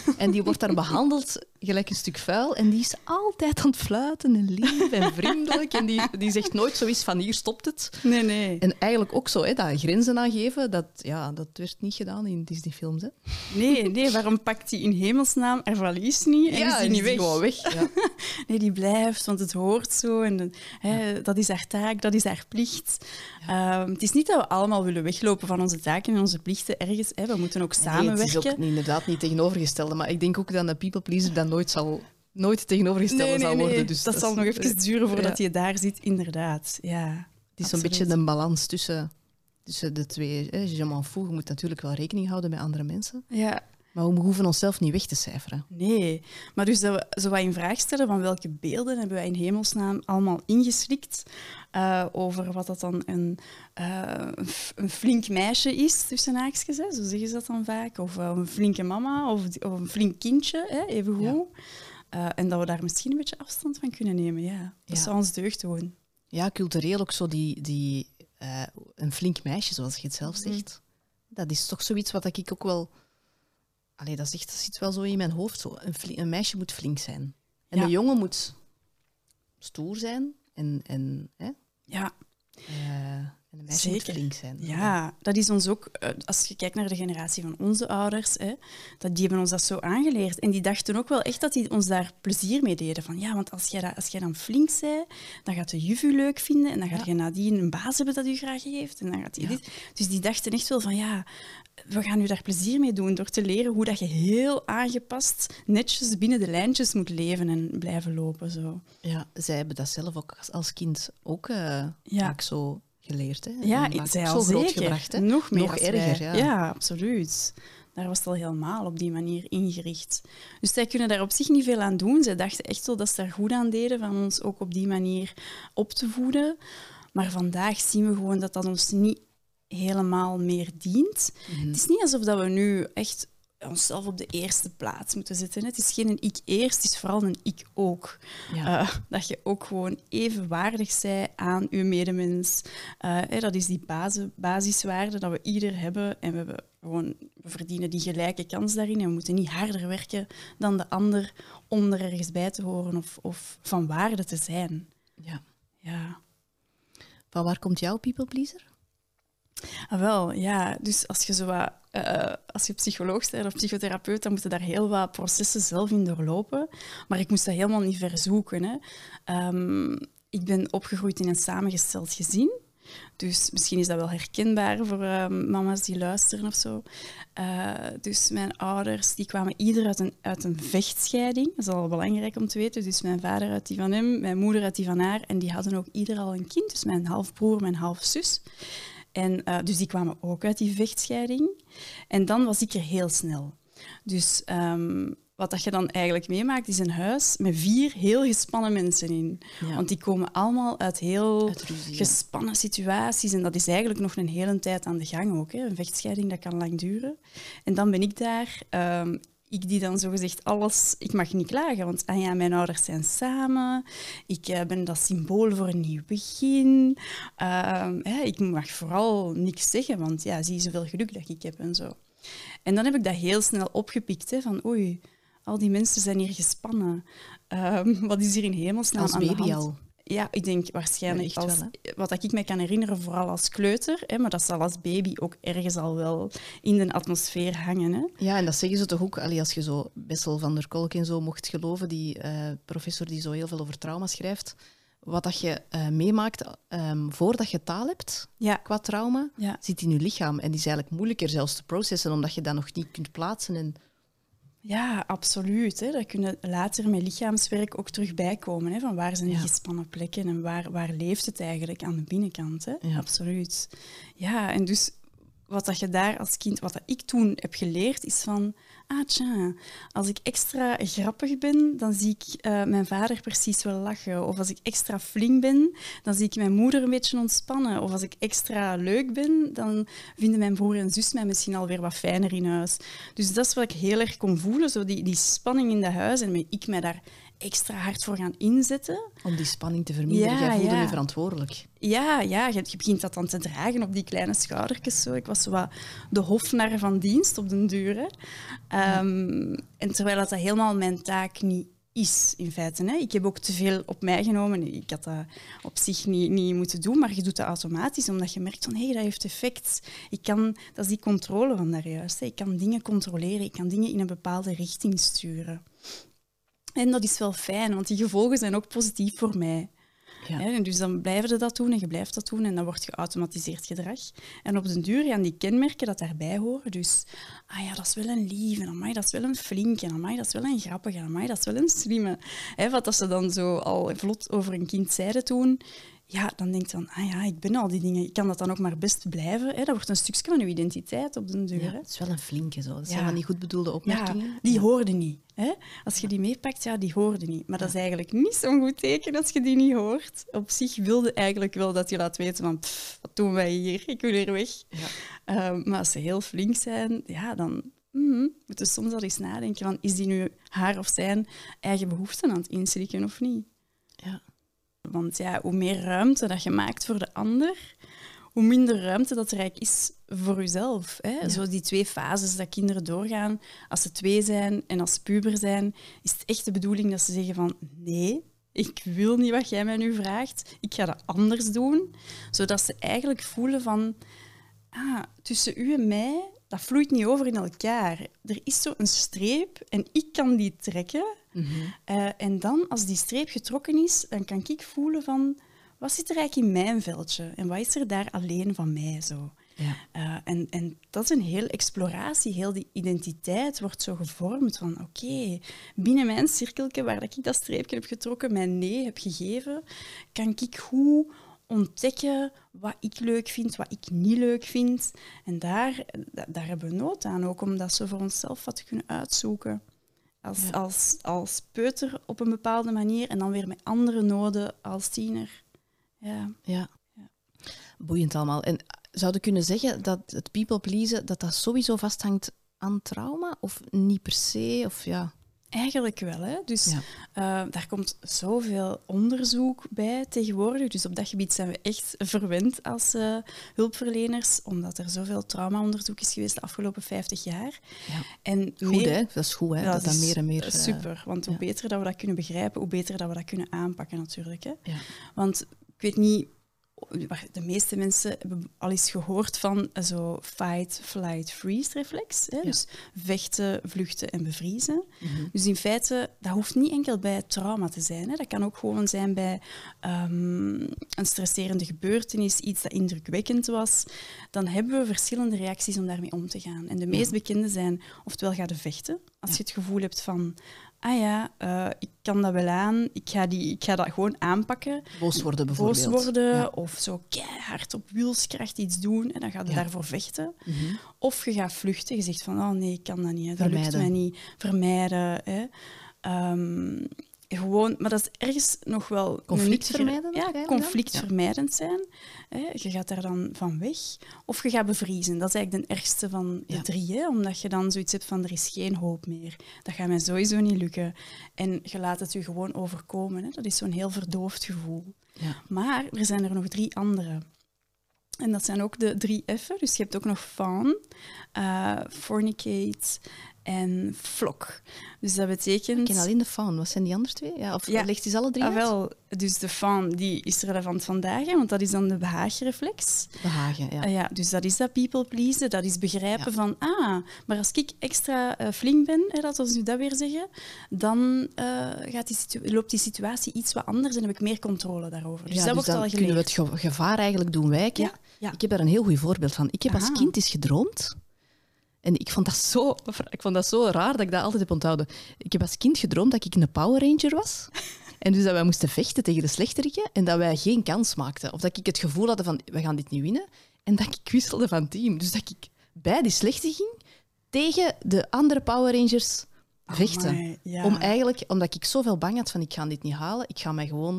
En die wordt daar behandeld gelijk een stuk vuil. En die is altijd aan het fluiten en lief en vriendelijk. En die, die zegt nooit zoiets van hier stopt het. Nee, nee. En eigenlijk ook zo, hè, dat grenzen aangeven, dat, ja, dat werd niet gedaan in Disney-films. Hè. Nee, nee, waarom pakt hij in hemelsnaam haar valies niet en Ja, is die niet weg? gewoon weg. Ja. Nee, die blijft, want het hoort zo. En, de- hè, dat is haar taak, dat is haar plicht. Ehm, het is niet dat we allemaal willen weglopen van onze taken en onze plichten ergens. Hè. We moeten ook Nee, samenwerken. het is ook inderdaad niet tegenovergestelde, maar ik denk ook dat een people pleaser dat nooit zal, nooit tegenovergestelde Nee, nee, zal worden. nee. Dus dat, zal is- nog even duren voordat ja. je daar zit, inderdaad. Ja, Het is zo'n beetje een balans tussen, tussen de twee. Hè. Je m'en fout, je moet natuurlijk wel rekening houden met andere mensen, Ja, maar we hoeven onszelf niet weg te cijferen. nee. Maar dus dat we zo wat in vraag stellen van welke beelden hebben wij in hemelsnaam allemaal ingeslikt uh, over wat dat dan een, uh, een f- een flink meisje is, tussen haakjes, hè, zo zeggen ze dat dan vaak. Of uh, een flinke mama, of, of een flink kindje, hè, even goed. Uh, en dat we daar misschien een beetje afstand van kunnen nemen, ja. Dat Ja. zou ons deugd doen. Ja, cultureel ook zo die, die eh, een flink meisje, zoals je het zelf zegt. Dat is toch zoiets wat ik ook wel... Allee, dat, zit, dat zit wel zo in mijn hoofd. Zo. Een, fli- een meisje moet flink zijn. En Ja. een jongen moet stoer zijn. En, en, hè? Ja. Eh, en een meisje moet Zeker. flink zijn. Ja, dat is ons ook, eh, als je kijkt naar de generatie van onze ouders, hè, dat, die hebben ons dat zo aangeleerd. En die dachten ook wel echt dat die ons daar plezier mee deden. Van ja, want als jij, dat, als jij dan flink bent, dan gaat de juf u leuk vinden en dan gaat Ja. je nadien een baas hebben dat u graag heeft. En dan gaat die Ja. dit. Dus die dachten echt wel van ja, we gaan u daar plezier mee doen door te leren hoe dat je heel aangepast, netjes binnen de lijntjes moet leven en blijven lopen. Zo. Ja, zij hebben dat zelf ook als, als kind ook eh, Ja. vaak zo geleerd. Hè? Ja, En vaak zij ook al zo groot zeker. gebracht. Hè? Nog meer Nog als erger, wij. ja. Ja, absoluut. Daar was het al helemaal op die manier ingericht. Dus zij kunnen daar op zich niet veel aan doen. Zij dachten echt wel dat ze daar goed aan deden van ons ook op die manier op te voeden. Maar vandaag zien we gewoon dat dat ons niet helemaal meer dient. Mhm. Het is niet alsof dat we nu echt onszelf op de eerste plaats moeten zetten. hè. Het is geen een ik eerst, het is vooral een ik ook. Ja. Uh, dat je ook gewoon even waardig zij aan je medemens. Uh, hè, dat is die basis, basiswaarde dat we ieder hebben. En we, hebben gewoon, we verdienen die gelijke kans daarin. En we moeten niet harder werken dan de ander om er ergens bij te horen of, of van waarde te zijn. Ja. Ja. Van waar komt jouw people pleaser? Ah, wel, ja. Dus als je, zo wat, uh, als je psycholoog bent of psychotherapeut, dan moet je daar heel wat processen zelf in doorlopen. Maar ik moest dat helemaal niet verzoeken. Hè. Um, ik ben opgegroeid in een samengesteld gezin. Dus misschien is dat wel herkenbaar voor uh, mama's die luisteren of zo. Uh, dus mijn ouders die kwamen ieder uit een, uit een vechtscheiding. Dat is al belangrijk om te weten. Dus mijn vader uit die van hem, mijn moeder uit die van haar. En die hadden ook ieder al een kind. Dus mijn halfbroer, mijn halfzus. En, uh, dus die kwamen ook uit die vechtscheiding. En dan was ik er heel snel. Dus um, wat dat je dan eigenlijk meemaakt, is een huis met vier heel gespannen mensen in. Ja. Want die komen allemaal uit heel Uit ruzie, ja. gespannen situaties. En dat is eigenlijk nog een hele tijd aan de gang ook. Hè. Een vechtscheiding, dat kan lang duren. En dan ben ik daar... Um, ik die dan zogezegd alles... Ik mag niet klagen, want ah ja, mijn ouders zijn samen. Ik uh, ben dat symbool voor een nieuw begin. Uh, ja, ik mag vooral niks zeggen, want ja, zie je zoveel geluk dat ik heb en zo. En dan heb ik dat heel snel opgepikt, hè, van oei, al die mensen zijn hier gespannen. Um, wat is hier in hemelsnaam Als aan de baby hand? al. Ja, ik denk waarschijnlijk Ja, echt als, wel, wat ik me kan herinneren, vooral als kleuter, hè, maar dat zal als baby ook ergens al wel in de atmosfeer hangen. Hè. Ja, en dat zeggen ze toch ook, allee, als je zo Bessel van der Kolk en zo mocht geloven, die uh, professor die zo heel veel over trauma schrijft, wat dat je uh, meemaakt um, voordat je taal hebt, ja. qua trauma, ja. zit in je lichaam. En die is eigenlijk moeilijker zelfs te processen, omdat je dat nog niet kunt plaatsen. En... Ja, absoluut. Hè. Daar kunnen later met lichaamswerk ook terug bijkomen. Hè, van waar zijn die ja. gespannen plekken en waar, waar leeft het eigenlijk aan de binnenkant. Hè? Ja. Absoluut. Ja, en dus wat dat je daar als kind, wat dat ik toen heb geleerd, is van, ah tja, als ik extra grappig ben, dan zie ik uh, mijn vader precies wel lachen. Of als ik extra flink ben, dan zie ik mijn moeder een beetje ontspannen. Of als ik extra leuk ben, dan vinden mijn broer en zus mij misschien alweer wat fijner in huis. Dus dat is wat ik heel erg kon voelen, zo die, die spanning in dat huis. En ik mij daar extra hard voor gaan inzetten. Om die spanning te verminderen. Ja, Jij voelde ja. je verantwoordelijk. Ja, ja je, je begint dat dan te dragen op die kleine schoudertjes. Zo. Ik was zo wat de hofnar van dienst op den duur. Hè. Um, en terwijl dat, dat helemaal mijn taak niet is, in feite. Hè. Ik heb ook te veel op mij genomen. Ik had dat op zich niet, niet moeten doen, maar je doet dat automatisch, omdat je merkt van, hé, hey, dat heeft effect. Ik kan, dat is die controle van daar juist. Hè. Ik kan dingen controleren, ik kan dingen in een bepaalde richting sturen. En dat is wel fijn, want die gevolgen zijn ook positief voor mij. Ja. Hè, dus dan blijven ze dat doen en je blijft dat doen en dan wordt geautomatiseerd gedrag. En op den duur gaan die kenmerken dat daarbij horen. Dus, ah ja, dat is wel een lieve, en amai, dat is wel een flinke, en amai, dat is wel een grappige, en amai, dat is wel een slimme. Hè, wat als ze dan zo al vlot over een kind zeiden toen, ja, dan denk je van, ah ja, ik ben al die dingen, ik kan dat dan ook maar best blijven. Hè? Dat wordt een stukje van je identiteit op den duur. Ja, het is wel een flinke zo. Dat ja. zijn van die goed bedoelde opmerkingen. Ja, die hoorden niet. Hè? Als je die meepakt, ja, die hoorden niet. Maar dat is eigenlijk niet zo'n goed teken als je die niet hoort. Op zich wilde eigenlijk wel dat je laat weten van, pff, wat doen wij hier? Ik wil hier weg. Ja. Um, maar als ze heel flink zijn, ja, dan mm, moeten we soms al eens nadenken van, is die nu haar of zijn eigen behoeften aan het inslikken of niet? Ja. Want ja, hoe meer ruimte dat je maakt voor de ander, hoe minder ruimte dat er eigenlijk is voor jezelf. Hè? Ja. Zo die twee fases dat kinderen doorgaan, als ze twee zijn en als ze puber zijn, is het echt de bedoeling dat ze zeggen van nee, ik wil niet wat jij mij nu vraagt, ik ga dat anders doen. Zodat ze eigenlijk voelen van, ah, tussen u en mij, dat vloeit niet over in elkaar. Er is zo een streep en ik kan die trekken. Mm-hmm. Uh, en dan, als die streep getrokken is, dan kan ik voelen van, wat zit er eigenlijk in mijn veldje? En wat is er daar alleen van mij zo? Ja. Uh, en, en dat is een hele exploratie. Heel die identiteit wordt zo gevormd van, oké, okay, binnen mijn cirkeltje waar ik dat streepje heb getrokken, mijn nee heb gegeven, kan ik goed ontdekken wat ik leuk vind, wat ik niet leuk vind. En daar, daar hebben we nood aan, ook om dat zo voor onszelf wat te kunnen uitzoeken. Als, ja. als, als peuter op een bepaalde manier en dan weer met andere noden als tiener. Ja. Ja. Ja. Boeiend allemaal. En zou je kunnen zeggen dat het people pleasen, dat dat sowieso vasthangt aan trauma? Of niet per se? Of ja... Eigenlijk wel. Hè? Dus ja. uh, daar komt zoveel onderzoek bij tegenwoordig. Dus op dat gebied zijn we echt verwend als uh, hulpverleners, omdat er zoveel traumaonderzoek is geweest de afgelopen vijftig jaar. Ja. En goed, meer... hè? Dat is goed, hè? Dat, dat dat meer en meer... Super, want hoe ja. beter dat we dat kunnen begrijpen, hoe beter dat we dat kunnen aanpakken natuurlijk. Hè? Ja. Want ik weet niet... De meeste mensen hebben al eens gehoord van zo fight, flight, freeze reflex. Hè? Ja. Dus vechten, vluchten en bevriezen. Mm-hmm. Dus in feite, dat hoeft niet enkel bij trauma te zijn. Hè? Dat kan ook gewoon zijn bij um, een stresserende gebeurtenis, iets dat indrukwekkend was. Dan hebben we verschillende reacties om daarmee om te gaan. En de meest ja. bekende zijn, oftewel ga je vechten. Als ja. je het gevoel hebt van... ah ja, uh, ik kan dat wel aan, ik ga, die, ik ga dat gewoon aanpakken. Boos worden bijvoorbeeld. Boos worden, ja. Of zo keihard op wilskracht iets doen en dan ga je ja. daarvoor vechten. Mm-hmm. Of je gaat vluchten, je zegt van, oh nee, ik kan dat niet, hè. Dat lukt mij niet. Vermijden. Hè. Um, gewoon, maar dat is ergens nog wel... Conflictvermijdend? Ja, conflictvermijdend zijn. Hè. Je gaat daar dan van weg. Of je gaat bevriezen. Dat is eigenlijk de ergste van de ja. drie. Hè. Omdat je dan zoiets hebt van, er is geen hoop meer. Dat gaat mij sowieso niet lukken. En je laat het je gewoon overkomen. Hè. Dat is zo'n heel verdoofd gevoel. Ja. Maar er zijn er nog drie andere. En dat zijn ook de drie F'en. Dus je hebt ook nog fawn, uh, fornicate... en flock. Dus dat betekent... Ik ken alleen de fawn. Wat zijn die andere twee? Ja, of ja. legt die alle drie ah, uit? Wel, dus de fawn die is relevant vandaag, hè, want dat is dan de behaagreflex. Behagen, ja. Uh, ja. Dus dat is dat people pleasen. Dat is begrijpen ja. van, ah, maar als ik extra uh, flink ben, hè, laten we nu dat weer zeggen, dan uh, gaat die situ- loopt die situatie iets wat anders en heb ik meer controle daarover. Dus ja, dat dus wordt al geleerd. Kunnen we het gevaar eigenlijk doen wijken. Ja. Ja. Ik heb daar een heel goed voorbeeld van. Ik heb Aha. als kind eens gedroomd... En ik vond, dat zo, ik vond dat zo raar dat ik dat altijd heb onthouden. Ik heb als kind gedroomd dat ik een Power Ranger was. En dus dat wij moesten vechten tegen de slechteriken en dat wij geen kans maakten. Of dat ik het gevoel had van, we gaan dit niet winnen. En dat ik wisselde van team. Dus dat ik bij die slechte ging tegen de andere Power Rangers vechten. Oh my, ja. Om eigenlijk, omdat ik zoveel bang had van, ik ga dit niet halen, ik ga mij gewoon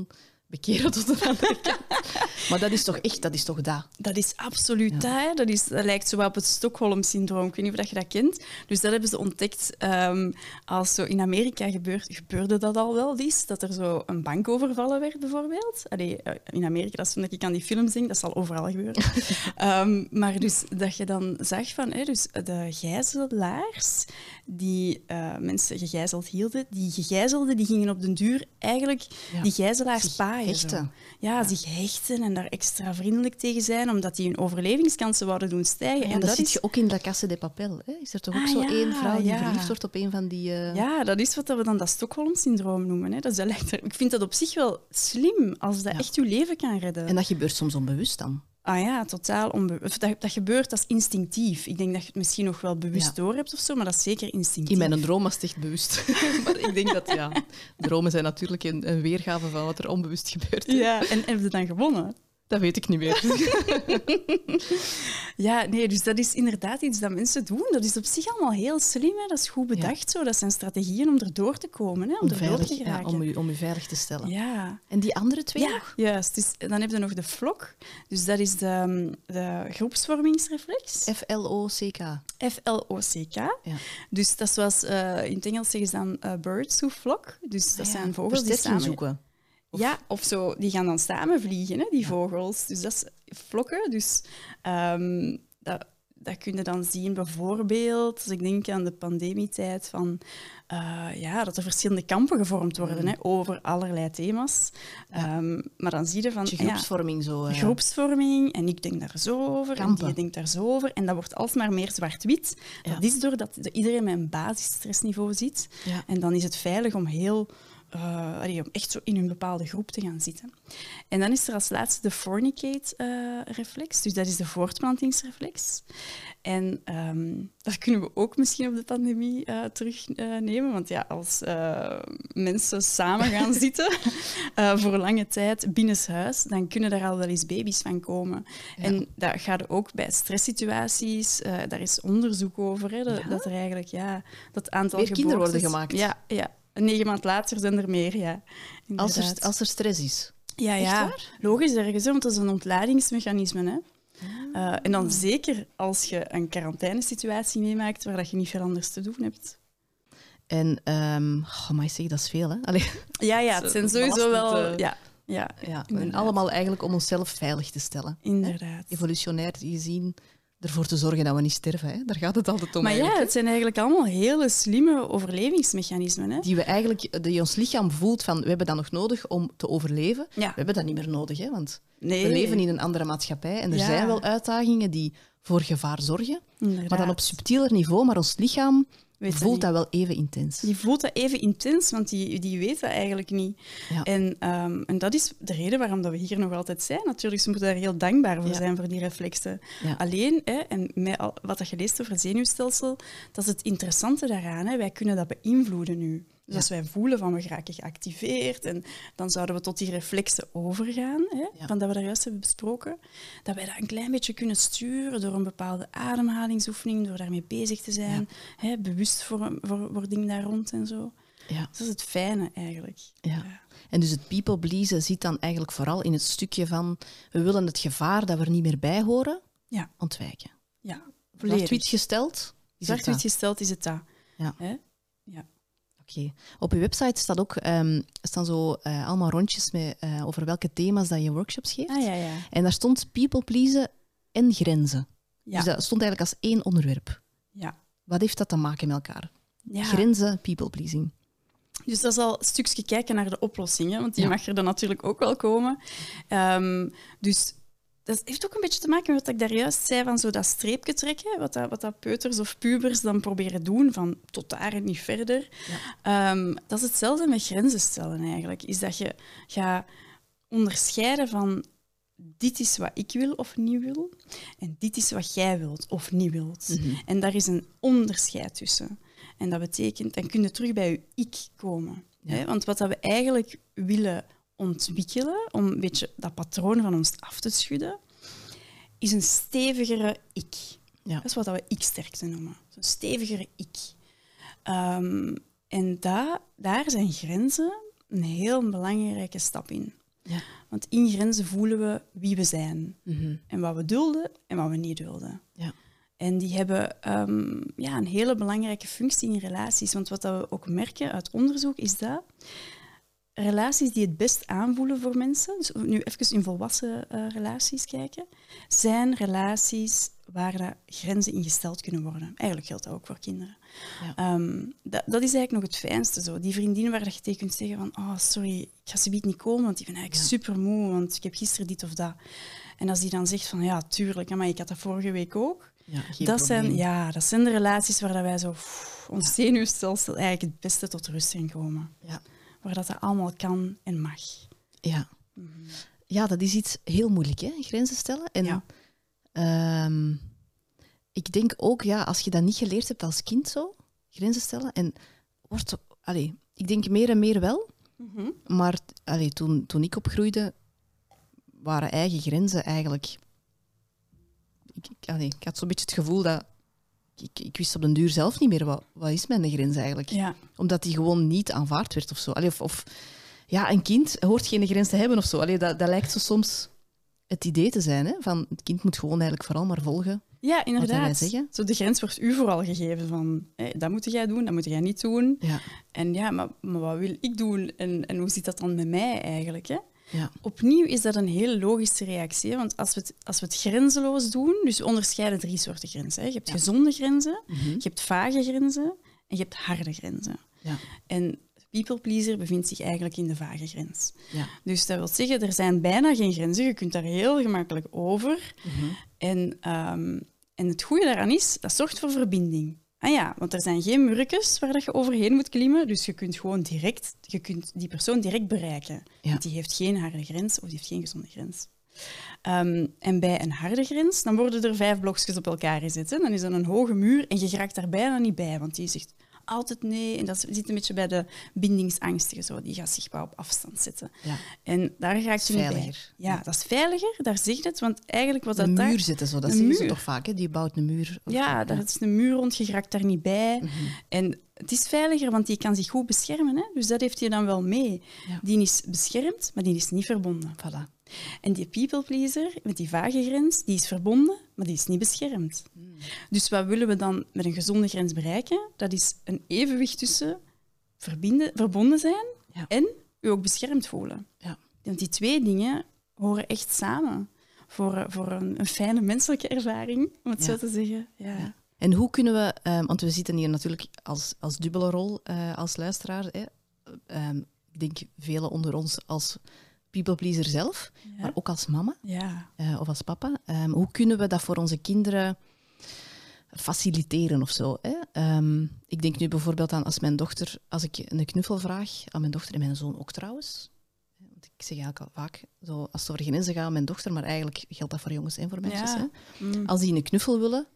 bekeren tot een andere kant. Maar dat is toch echt, dat is toch dat? Dat is absoluut ja. dat. Hè? Dat, is, dat lijkt zo wel op het Stockholm-syndroom. Ik weet niet of je dat kent. Dus dat hebben ze ontdekt. Um, als zo in Amerika gebeurt, gebeurde dat al wel eens, dat er zo een bank overvallen werd, bijvoorbeeld. Allee, in Amerika, dat is omdat ik aan die films denk, dat zal overal gebeuren. um, maar dus dat je dan zag van, hè, dus de gijzelaars die uh, mensen gegijzeld hielden, die gegijzelden, die gingen op den duur eigenlijk ja. die gijzelaars paaien. Ja, ja, zich hechten en daar extra vriendelijk tegen zijn, omdat die hun overlevingskansen wouden doen stijgen. Ja, en dat, dat zit is... je ook in La Casa de Papel. Hè? Is er toch ook ah, zo ja, één vrouw die ja. verliefd wordt op een van die... Uh... Ja, dat is wat we dan dat Stockholm-syndroom noemen. Hè. Dat is echt... Ik vind dat op zich wel slim, als dat ja. echt je leven kan redden. En dat gebeurt soms onbewust dan? Ah ja, totaal onbewust. Dat, dat gebeurt, dat is instinctief. Ik denk dat je het misschien nog wel bewust ja. door hebt of zo, maar dat is zeker instinctief. In mijn droom was het echt bewust. Maar ik denk dat, ja, dromen zijn natuurlijk een, een weergave van wat er onbewust gebeurt. Ja, en heb je dan gewonnen? Dat weet ik niet meer. Ja, nee, dus dat is inderdaad iets dat mensen doen. Dat is op zich allemaal heel slim. Hè. Dat is goed bedacht. Ja. Zo. Dat zijn strategieën om erdoor te komen, hè, om, om er veilig, door te geraken. Ja, om, u, om u veilig te stellen. Ja. En die andere twee ja, nog? Juist. Dus dan heb je nog de flock. Dus dat is de, de groepsvormingsreflex. F L O C K. F L O C K. Ja. Dus dat is zoals, uh, in het Engels zeggen ze dan uh, birds who flock. Dus dat ah, ja. zijn vogels die samen... zoeken. Of... Ja, of zo, die gaan dan samen vliegen, hè, die ja. vogels. Dus dat is flokken. Dus um, dat, dat kun je dan zien bijvoorbeeld, als ik denk aan de pandemietijd, van, uh, ja, dat er verschillende kampen gevormd worden mm. hè, over allerlei thema's. Ja. Um, maar dan zie je van... Je groepsvorming ja, zo. Uh... Groepsvorming, en ik denk daar zo over, kampen. En die denkt daar zo over. En dat wordt alsmaar meer zwart-wit. Ja. Dat is doordat iedereen met een basisstressniveau zit. Ja. En dan is het veilig om heel... Uh, allee, om echt zo in een bepaalde groep te gaan zitten. En dan is er als laatste de fornicate-reflex. Uh, dus dat is de voortplantingsreflex. En um, dat kunnen we ook misschien op de pandemie uh, terugnemen. Uh, want ja, als uh, mensen samen gaan zitten uh, voor lange tijd binnenshuis, dan kunnen daar al wel eens baby's van komen. Ja. En dat gaat ook bij stresssituaties. Uh, daar is onderzoek over. Hè, dat, ja? dat er eigenlijk ja, dat aantal meer kinderen worden is, gemaakt. Ja, ja. Negen maanden later zijn er meer, ja. Als er, als er stress is? Ja, ja. Logisch ergens, want dat is een ontladingsmechanisme. Hè. Ah. Uh, en dan zeker als je een quarantainesituatie meemaakt waar dat je niet veel anders te doen hebt. En, um, oh, maar zeg, dat is veel, hè? Allee. Ja, ja, het zijn sowieso wel... Uh, ja, ja, ja, en allemaal eigenlijk om onszelf veilig te stellen. Inderdaad. Hè? Evolutionair gezien... ervoor te zorgen dat we niet sterven. Hè? Daar gaat het altijd om. Maar ja, het zijn eigenlijk allemaal hele slimme overlevingsmechanismen. Hè? Die, we eigenlijk, die ons lichaam voelt van, we hebben dat nog nodig om te overleven. Ja. We hebben dat niet meer nodig, hè? Want nee. we leven in een andere maatschappij. En er ja. zijn wel uitdagingen die voor gevaar zorgen. Inderdaad. Maar dan op subtieler niveau, maar ons lichaam... Weet voelt dat, dat wel even intens. Die voelt dat even intens, want die, die weet dat eigenlijk niet. Ja. En, um, en dat is de reden waarom dat we hier nog altijd zijn. Natuurlijk, ze moeten daar heel dankbaar voor ja. zijn, voor die reflexen. Ja. Alleen, hè, en met al, wat je leest over het zenuwstelsel, dat is het interessante daaraan. Hè. Wij kunnen dat beïnvloeden nu. Dus ja. als wij voelen van we geraken geactiveerd en dan zouden we tot die reflexen overgaan, hè, ja. van dat we daar juist hebben besproken, dat wij dat een klein beetje kunnen sturen door een bepaalde ademhalingsoefening, door daarmee bezig te zijn, ja. hè, bewustwording daar rond en zo. Ja. Dat is het fijne eigenlijk. Ja. Ja. En dus het people pleasen zit dan eigenlijk vooral in het stukje van we willen het gevaar dat we er niet meer bij horen ja. ontwijken. Ja, zwart-wit gesteld is zwart-wit gesteld is het dat. Ja. Hè? Ja. Oké. Okay. Op je website staat ook, um, staan zo uh, allemaal rondjes met, uh, over welke thema's dat je workshops geeft. Ah, ja, ja. En daar stond people pleasen en grenzen. Ja. Dus dat stond eigenlijk als één onderwerp. Ja. Wat heeft dat te maken met elkaar? Ja. Grenzen, people pleasing. Dus dat is al een stukje kijken naar de oplossingen, want die ja. mag er dan natuurlijk ook wel komen. Um, dus dat heeft ook een beetje te maken met wat ik daar juist zei, van zo dat streepje trekken, wat dat, wat dat peuters of pubers dan proberen doen, van tot daar en niet verder. Ja. Um, dat is hetzelfde met grenzen stellen eigenlijk. Is dat je gaat onderscheiden van dit is wat ik wil of niet wil en dit is wat jij wilt of niet wilt. Mm-hmm. En daar is een onderscheid tussen. En dat betekent, dan kun je terug bij je ik komen. Ja. Hè? Want wat dat we eigenlijk willen ontwikkelen, om een beetje dat patroon van ons af te schudden, is een stevigere ik. Ja. Dat is wat we ik-sterkte noemen. Een stevigere ik. Um, en da, daar zijn grenzen een heel belangrijke stap in. Ja. Want in grenzen voelen we wie we zijn. Mm-hmm. En wat we dulden en wat we niet dulden. Ja. En die hebben um, ja, een hele belangrijke functie in relaties. Want wat we ook merken uit onderzoek is dat relaties die het best aanvoelen voor mensen, dus nu even in volwassen uh, relaties kijken, zijn relaties waar dat grenzen in gesteld kunnen worden. Eigenlijk geldt dat ook voor kinderen. Ja. Um, dat, dat is eigenlijk nog het fijnste. Zo. Die vriendin waar dat je tegen kunt zeggen van oh, sorry, ik ga zometeen niet komen, want ik ben eigenlijk ja. super moe, want ik heb gisteren dit of dat. En als die dan zegt van ja, tuurlijk, maar ik had dat vorige week ook. Ja, dat, zijn, ja, dat zijn de relaties waar dat wij zo pff, ons zenuwstelsel eigenlijk het beste tot rust in komen. Ja. Waar dat, dat allemaal kan en mag. Ja. Mm-hmm. Ja, dat is iets heel moeilijk, hè? Grenzen stellen. En ja. um, ik denk ook, ja, als je dat niet geleerd hebt als kind zo, grenzen stellen, en wordt, allee, ik denk meer en meer wel, mm-hmm. maar allee, toen, toen ik opgroeide, waren eigen grenzen eigenlijk... Ik, ik, allee, ik had zo'n beetje het gevoel dat... Ik, ik wist op den duur zelf niet meer, wat, wat is mijn grens eigenlijk? Ja. Omdat die gewoon niet aanvaard werd of zo. Allee, of, of ja, een kind hoort geen grens te hebben of zo. Allee, dat, dat lijkt zo soms het idee te zijn, hè? Van het kind moet gewoon eigenlijk vooral maar volgen. Ja, inderdaad. Wat wij zeggen. Zo, de grens wordt u vooral gegeven van, hé, dat moet jij doen, dat moet jij niet doen. Ja. En ja, maar, maar wat wil ik doen? En, en hoe zit dat dan met mij eigenlijk, hè? Ja. Opnieuw is dat een heel logische reactie. Want als we, het, als we het grenzeloos doen... Dus we onderscheiden drie soorten grenzen. Hè. Je hebt ja. gezonde grenzen, mm-hmm. je hebt vage grenzen en je hebt harde grenzen. Ja. En people pleaser bevindt zich eigenlijk in de vage grens. Ja. Dus dat wil zeggen, er zijn bijna geen grenzen. Je kunt daar heel gemakkelijk over. Mm-hmm. En, um, en het goede daaraan is, dat zorgt voor verbinding. Ah ja, want er zijn geen murkjes waar dat je overheen moet klimmen, dus je kunt gewoon direct, je kunt die persoon direct bereiken. Ja. Want die heeft geen harde grens of die heeft geen gezonde grens. Um, en bij een harde grens, dan worden er vijf blokjes op elkaar gezet. Hè. Dan is dat een hoge muur en je geraakt daar bijna niet bij, want die zegt altijd nee. En dat zit een beetje bij de bindingsangstigen, zo. Die gaat zich wel op afstand zetten. Ja. En daar raak je niet bij. Ja, dat is veiliger, daar zegt het. Want eigenlijk wat dat een muur daar... zitten, zo. Dat zeggen ze toch vaak, hè? Die bouwt een muur. Ja, daar is een muur rond, je raakt daar niet bij. Mm-hmm. En het is veiliger, want die kan zich goed beschermen. Hè? Dus dat heeft hij dan wel mee. Ja. Die is beschermd, maar die is niet verbonden. Voilà. En die people pleaser, met die vage grens, die is verbonden, maar die is niet beschermd. Mm. Dus wat willen we dan met een gezonde grens bereiken? Dat is een evenwicht tussen verbinden, verbonden zijn ja. en u ook beschermd voelen. Ja. Want die twee dingen horen echt samen voor, voor een, een fijne menselijke ervaring, om het ja. zo te zeggen. Ja. Ja. En hoe kunnen we, um, want we zitten hier natuurlijk als, als dubbele rol uh, als luisteraar. Hè. Um, ik denk velen onder ons als people pleaser zelf, ja. maar ook als mama ja. uh, of als papa. Um, hoe kunnen we dat voor onze kinderen faciliteren of zo? Hè? Um, ik denk nu bijvoorbeeld aan als mijn dochter, als ik een knuffel vraag aan mijn dochter en mijn zoon ook trouwens. Want ik zeg eigenlijk al vaak, zo, als het over grenzen gaat aan mijn dochter, maar eigenlijk geldt dat voor jongens en voor meisjes. Ja. Hè? Mm. Als die een knuffel willen,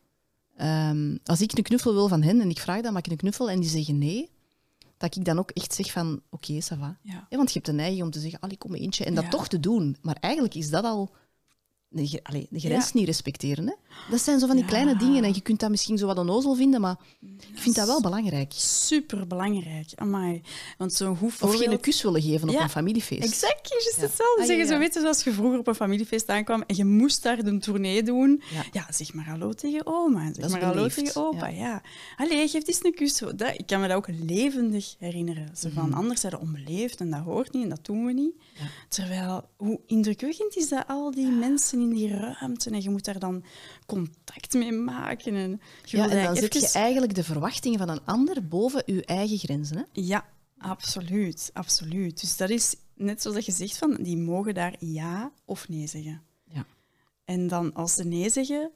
um, als ik een knuffel wil van hen en ik vraag dan, mag ik een knuffel? En die zeggen nee, dat ik dan ook echt zeg van, oké, okay, ça va. Ja. Ja, want je hebt de neiging om te zeggen, allee, kom eentje. En dat ja. toch te doen. Maar eigenlijk is dat al de, allee, de grens ja. niet respecteren. Hè? Dat zijn zo van die ja. kleine dingen. En je kunt dat misschien zo wat onnozel vinden, maar ik vind dat wel belangrijk. Superbelangrijk. Amai. Want zo'n goed voorbeeld... Of geen kus willen geven op ja. een familiefeest. Exact, juist ja. hetzelfde. Ah, Zeggen, ja, ja. Zo weten zoals je vroeger op een familiefeest aankwam en je moest daar de tournee doen. Ja, ja zeg maar hallo tegen oma. Zeg dat maar hallo beleefd. tegen opa. Ja. Ja. Allee, geef eens een kus. Dat, ik kan me dat ook levendig herinneren. Zo van, mm-hmm. Anders zijn we onbeleefd en dat hoort niet en dat doen we niet. Ja. Terwijl, hoe indrukwekkend is dat al die mensen in die ruimte en je moet daar dan contact mee maken. En, je ja, en dan even... zet je eigenlijk de verwachtingen van een ander boven je eigen grenzen. Hè? Ja, absoluut, absoluut. Dus dat is net zoals je zegt, van, die mogen daar ja of nee zeggen. Ja. En dan als ze nee zeggen,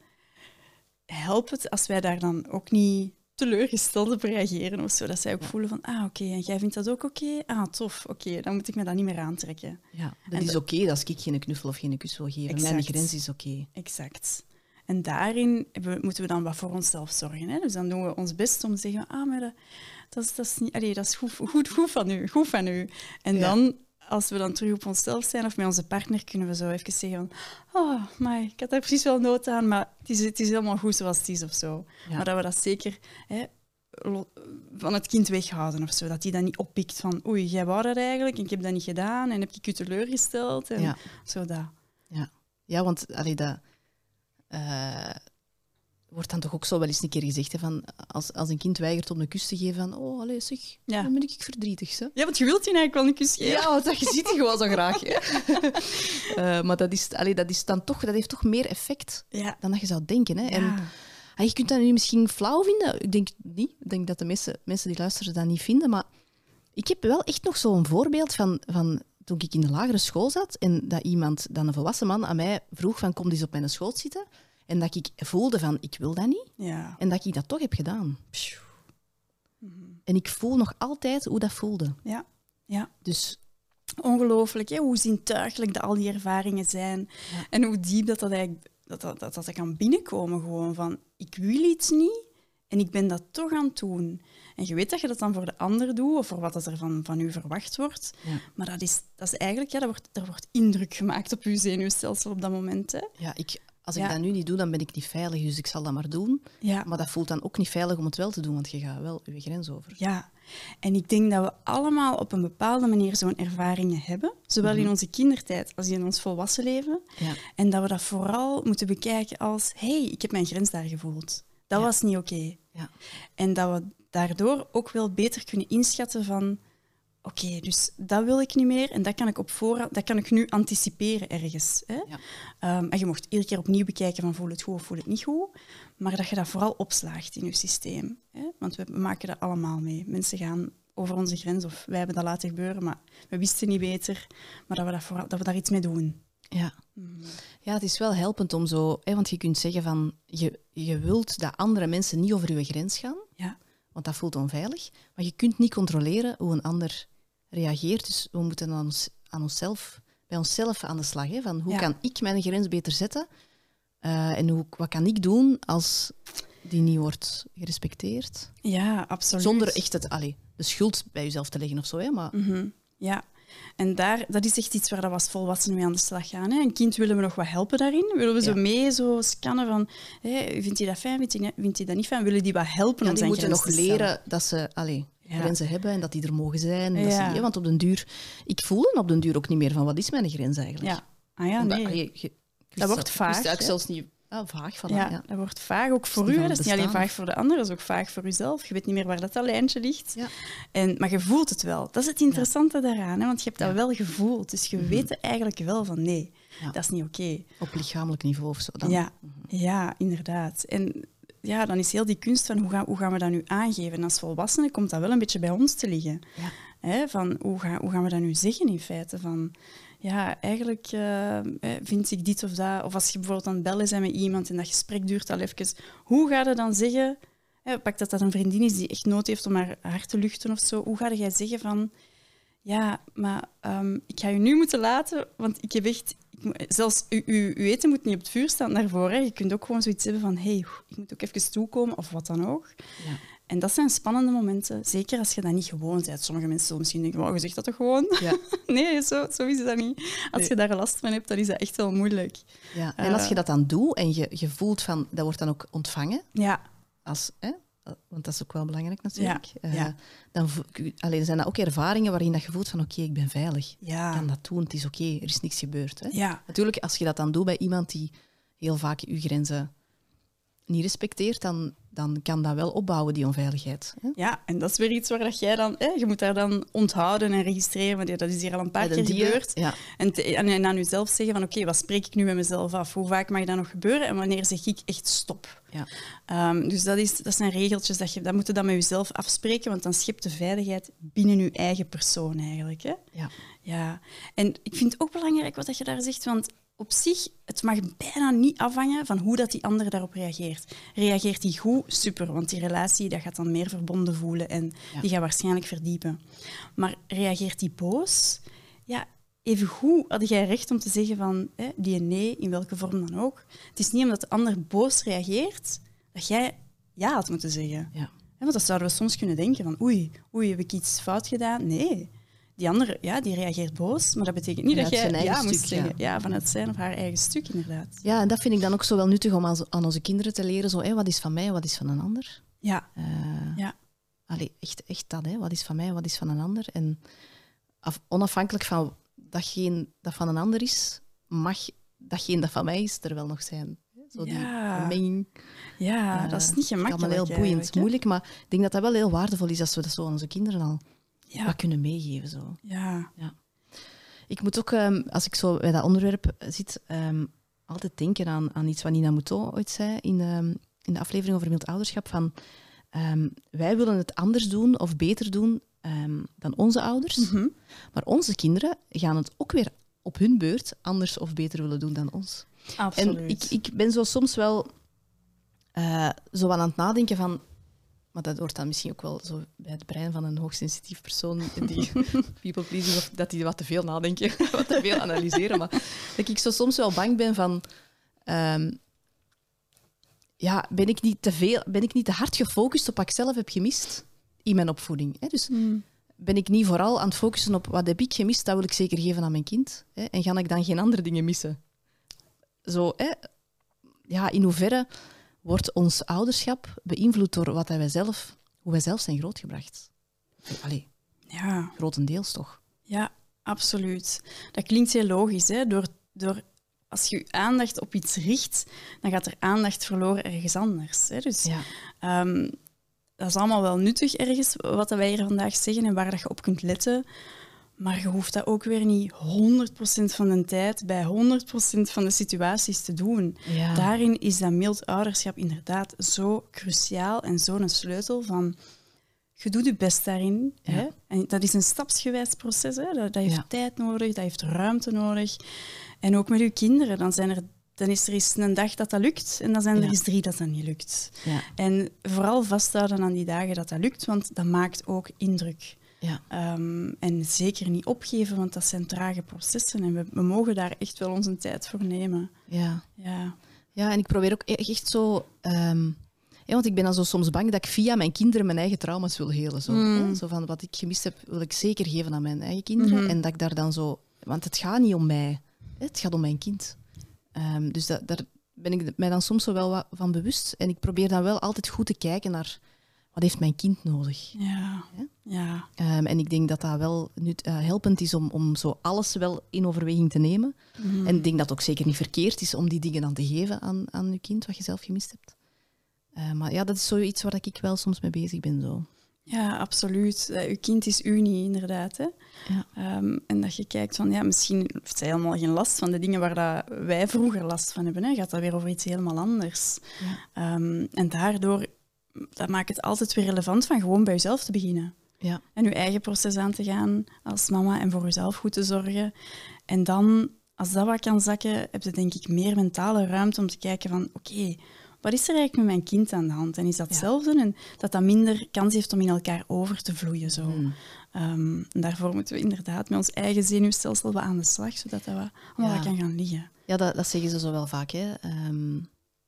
helpt het als wij daar dan ook niet teleurgesteld op reageren of zo. Dat zij ook ja. voelen van, ah, oké, okay, en jij vindt dat ook oké? Okay? Ah, tof, oké, okay, dan moet ik me dat niet meer aantrekken. Ja, dat en is oké okay, als ik geen knuffel of geen kus wil geven. Exact. Mijn grens is oké. Okay. Exact. En daarin moeten we dan wat voor onszelf zorgen. Hè? Dus dan doen we ons best om te zeggen, ah, maar dat, dat, is, dat is, niet, allee, dat is goed, goed, goed van u, goed van u. En ja. dan, als we dan terug op onszelf zijn of met onze partner, kunnen we zo even zeggen van, oh, maar ik had daar precies wel nood aan, maar het is, het is helemaal goed zoals het is of zo. Ja. Maar dat we dat zeker... Hè, van het kind weghouden of zo. Dat die dat niet oppikt van oei, jij wou dat eigenlijk en ik heb dat niet gedaan en heb ik je teleurgesteld en Ja. zo dat. Ja, ja want allee, dat uh, wordt dan toch ook zo wel eens een keer gezegd, hè, van als, als een kind weigert om een kus te geven, van oh, allee, zeg, Ja. dan ben ik verdrietig. Zo. Ja, want je wilt die eigenlijk wel een kus geven. Ja, want dat, je ziet die gewoon zo graag. uh, maar dat, is, allee, dat, is dan toch, dat heeft toch meer effect ja. dan dat je zou denken. Hè. Ja. En, ah, je kunt dat nu misschien flauw vinden. Ik denk niet. Ik denk dat de meeste mensen die luisteren dat niet vinden. Maar ik heb wel echt nog zo'n voorbeeld van, van toen ik in de lagere school zat en dat iemand, dan een volwassen man, aan mij vroeg van kom eens op mijn schoot zitten. En dat ik voelde van ik wil dat niet. Ja. En dat ik dat toch heb gedaan. Mm-hmm. En ik voel nog altijd hoe dat voelde. Ja. Ja. Dus... Ongelooflijk, hè? Hoe zintuigelijk dat al die ervaringen zijn. Ja. En hoe diep dat dat eigenlijk dat, dat, dat, dat kan binnenkomen. Gewoon van, ik wil iets niet en ik ben dat toch aan het doen. En je weet dat je dat dan voor de ander doet of voor wat er van, van u verwacht wordt. Ja. Maar dat is, dat is eigenlijk, ja, dat wordt, er wordt indruk gemaakt op uw zenuwstelsel op dat moment. Hè? Ja, ik... Als ik ja. dat nu niet doe, dan ben ik niet veilig, dus ik zal dat maar doen. Ja. Maar dat voelt dan ook niet veilig om het wel te doen, want je gaat wel je grens over. Ja, en ik denk dat we allemaal op een bepaalde manier zo'n ervaringen hebben, zowel mm-hmm. in onze kindertijd als in ons volwassen leven. Ja. En dat we dat vooral moeten bekijken als, hé, hey, ik heb mijn grens daar gevoeld. Dat ja. was niet oké. Okay. Ja. En dat we daardoor ook wel beter kunnen inschatten van, oké, okay, dus dat wil ik niet meer en dat kan ik op voorhand, dat kan ik nu anticiperen ergens. Hè? Ja. Um, en je mocht iedere keer opnieuw bekijken van voel het goed of voel het niet goed, maar dat je dat vooral opslaagt in je systeem. Hè? Want we maken dat allemaal mee. Mensen gaan over onze grens of wij hebben dat laten gebeuren, maar we wisten niet beter, maar dat we, dat vooral, dat we daar iets mee doen. Ja. Mm. Ja, het is wel helpend om zo, hè, want je kunt zeggen van je, je wilt dat andere mensen niet over je grens gaan, ja. want dat voelt onveilig, maar je kunt niet controleren hoe een ander reageert. Dus we moeten aan, ons, aan onszelf, bij onszelf aan de slag. Hè, van hoe ja. kan ik mijn grens beter zetten? Uh, en hoe, wat kan ik doen als die niet wordt gerespecteerd? Ja, absoluut. Zonder echt het, allee, de schuld bij jezelf te leggen of zo. Hè, maar... mm-hmm. Ja, en daar, dat is echt iets waar we als volwassenen mee aan de slag gaan. Hè. Een kind willen we nog wat helpen daarin. Willen we zo ja. mee zo scannen van, hey, vindt hij dat fijn, vindt hij, vindt hij dat niet fijn? Willen die wat helpen ja, om die zijn moeten nog leren dat ze... Allee, ja. grenzen hebben en dat die er mogen zijn. Ja. Dat ze, ja, want op den duur... Ik voel op den duur ook niet meer van wat is mijn grens eigenlijk. Ja. Ah ja, nee. Dat, je, je, dat wordt vaag. Ik wist eigenlijk zelfs niet... Ah, vaag van ja, ja, dat wordt vaag ook voor u. Dat is niet alleen vaag voor de ander, dat is ook vaag voor uzelf. Je weet niet meer waar dat, dat lijntje ligt. Ja. En, maar je voelt het wel. Dat is het interessante ja. daaraan, hè, want je hebt dat ja. wel gevoeld. Dus je mm-hmm. weet eigenlijk wel van nee, ja. dat is niet oké. Okay. Op lichamelijk niveau of zo dan. Ja, mm-hmm. ja inderdaad. En ja, dan is heel die kunst van hoe gaan, hoe gaan we dat nu aangeven. En als volwassenen komt dat wel een beetje bij ons te liggen. Ja. Hè, van hoe, ga, hoe gaan we dat nu zeggen in feite? Van, ja, eigenlijk uh, vind ik dit of dat. Of als je bijvoorbeeld aan het bellen bent met iemand en dat gesprek duurt al even. Hoe ga je dan zeggen... Hè, pak dat dat een vriendin is die echt nood heeft om haar hart te luchten of zo. Hoe ga jij zeggen van... Ja, maar um, ik ga je nu moeten laten, want ik heb echt... Ik moet, zelfs uw, uw, uw eten moet niet op het vuur staan daarvoor. Hè. Je kunt ook gewoon zoiets hebben van... Hey, ik moet ook even toekomen, of wat dan ook. Ja. En dat zijn spannende momenten, zeker als je dat niet gewoon bent. Sommige mensen zullen misschien denken, wow, je zegt dat toch gewoon? Ja. Nee, zo, zo is dat niet. Als nee. je daar last van hebt, dan is dat echt wel moeilijk. Ja. En als je dat dan doet en je, je voelt van... Dat wordt dan ook ontvangen. Ja. Als, hè, want dat is ook wel belangrijk natuurlijk. Ja. Uh, ja. Dan allee, zijn dat ook ervaringen waarin dat je voelt van oké, okay, ik ben veilig. Ja. Ik kan dat doen, het is oké, okay, er is niks gebeurd. Hè. Ja. Natuurlijk, als je dat dan doet bij iemand die heel vaak je grenzen niet respecteert, dan, dan kan dat wel opbouwen, die onveiligheid. Hè? Ja, en dat is weer iets waar dat jij dan... Hè, je moet daar dan onthouden en registreren, want ja, dat is hier al een paar keer die, gebeurd. Ja. En, te, en, en aan jezelf zeggen van oké, okay, wat spreek ik nu met mezelf af? Hoe vaak mag dat nog gebeuren? En wanneer zeg ik echt stop? Ja. Um, dus dat, is, dat zijn regeltjes, dat, je, dat moet je dan met jezelf afspreken, want dan schept de veiligheid binnen je eigen persoon eigenlijk. Hè? Ja. Ja. En ik vind het ook belangrijk wat je daar zegt, want op zich, het mag bijna niet afhangen van hoe dat die ander daarop reageert. Reageert die goed? Super, want die relatie dat gaat dan meer verbonden voelen en ja. die gaat waarschijnlijk verdiepen. Maar reageert die boos? Ja, even goed had jij recht om te zeggen van hè, die nee, in welke vorm dan ook. Het is niet omdat de ander boos reageert dat jij ja had moeten zeggen. Ja. Want dat zouden we soms kunnen denken van oei, oei, heb ik iets fout gedaan? Nee. Die andere, ja, die reageert boos, maar dat betekent niet vanuit dat jij ja stuk, moest zeggen. Ja. Ja, vanuit zijn of haar eigen stuk, inderdaad. Ja, en dat vind ik dan ook zo wel nuttig om aan, aan onze kinderen te leren. Zo, hé, wat is van mij, wat is van een ander? Ja. Uh, ja. allee, echt, echt dat, hè. Wat is van mij, wat is van een ander? En af, onafhankelijk van datgene dat van een ander is, mag datgene dat van mij is er wel nog zijn. Zo die Ja. menging. Ja, uh, dat is niet gemakkelijk. Allemaal heel boeiend, moeilijk, maar ik denk dat dat wel heel waardevol is als we dat zo aan onze kinderen al ja. wat kunnen meegeven. Zo. Ja. ja. Ik moet ook, um, als ik zo bij dat onderwerp zit, um, altijd denken aan, aan iets wat Nina Mouton ooit zei in, um, in de aflevering over mild ouderschap. Van, um, wij willen het anders doen of beter doen um, dan onze ouders. Mm-hmm. Maar onze kinderen gaan het ook weer op hun beurt anders of beter willen doen dan ons. Absoluut. En ik, ik ben zo soms wel uh, zo aan het nadenken van... Maar dat hoort dan misschien ook wel zo bij het brein van een hoogsensitief persoon die people pleasing, of dat die wat te veel nadenken, wat te veel analyseren. Maar dat ik zo soms wel bang ben van... Um, ja, ben ik, niet te veel, ben ik niet te hard gefocust op wat ik zelf heb gemist in mijn opvoeding? Hè? Dus mm. ben ik niet vooral aan het focussen op wat heb ik gemist, dat wil ik zeker geven aan mijn kind. Hè? En ga ik dan geen andere dingen missen? Zo, hè? Ja, in hoeverre wordt ons ouderschap beïnvloed door wat wij zelf, hoe wij zelf zijn grootgebracht? Allee, ja. grotendeels toch? Ja, absoluut. Dat klinkt heel logisch. Hè? Door, door, als je je aandacht op iets richt, dan gaat er aandacht verloren ergens anders. Hè? Dus ja. um, dat is allemaal wel nuttig ergens, wat wij hier vandaag zeggen en waar dat je op kunt letten. Maar je hoeft dat ook weer niet honderd procent van de tijd bij honderd procent van de situaties te doen. Ja. Daarin is dat mild ouderschap inderdaad zo cruciaal en zo'n sleutel van... Je doet je best daarin. Ja. Hè? En dat is een stapsgewijs proces. Hè? Dat, dat heeft ja. tijd nodig, dat heeft ruimte nodig. En ook met je kinderen. Dan, zijn er, dan is er eens een dag dat dat lukt en dan zijn er ja. eens drie dat dat niet lukt. Ja. En vooral vasthouden aan die dagen dat dat lukt, want dat maakt ook indruk. Ja. Um, en zeker niet opgeven, want dat zijn trage processen en we, we mogen daar echt wel onze tijd voor nemen. Ja, ja. ja en ik probeer ook echt zo... Um, ja, want ik ben dan zo soms bang dat ik via mijn kinderen mijn eigen trauma's wil helen. Zo, mm. hè? Zo van wat ik gemist heb, wil ik zeker geven aan mijn eigen kinderen. Mm-hmm. En dat ik daar dan zo... Want het gaat niet om mij, hè? Het gaat om mijn kind. Um, dus dat, daar ben ik mij dan soms zo wel wat van bewust. En ik probeer dan wel altijd goed te kijken naar... Wat heeft mijn kind nodig? Ja, ja. ja. Um, en ik denk dat dat wel nut, uh, helpend is om, om zo alles wel in overweging te nemen. Mm. En ik denk dat het ook zeker niet verkeerd is om die dingen dan te geven aan, aan je kind, wat je zelf gemist hebt. Uh, maar ja, dat is zoiets waar ik wel soms mee bezig ben. Zo. Ja, absoluut. Uh, uw kind is unie, inderdaad. Hè? Ja. Um, en dat je kijkt van, ja, misschien heeft zij helemaal geen last van de dingen waar dat wij vroeger last van hebben. Hè? Gaat dat weer over iets helemaal anders. Ja. Um, en daardoor... Dat maakt het altijd weer relevant van gewoon bij jezelf te beginnen. Ja. En je eigen proces aan te gaan als mama en voor jezelf goed te zorgen. En dan, als dat wat kan zakken, heb je denk ik meer mentale ruimte om te kijken van oké, okay, wat is er eigenlijk met mijn kind aan de hand? En is dat hetzelfde? Ja. En dat dat minder kans heeft om in elkaar over te vloeien. Zo. Mm. Um, en daarvoor moeten we inderdaad met ons eigen zenuwstelsel wat aan de slag, zodat dat wat, allemaal ja. wat kan gaan liggen. Ja, dat, dat zeggen ze zo wel vaak. Hè. Um,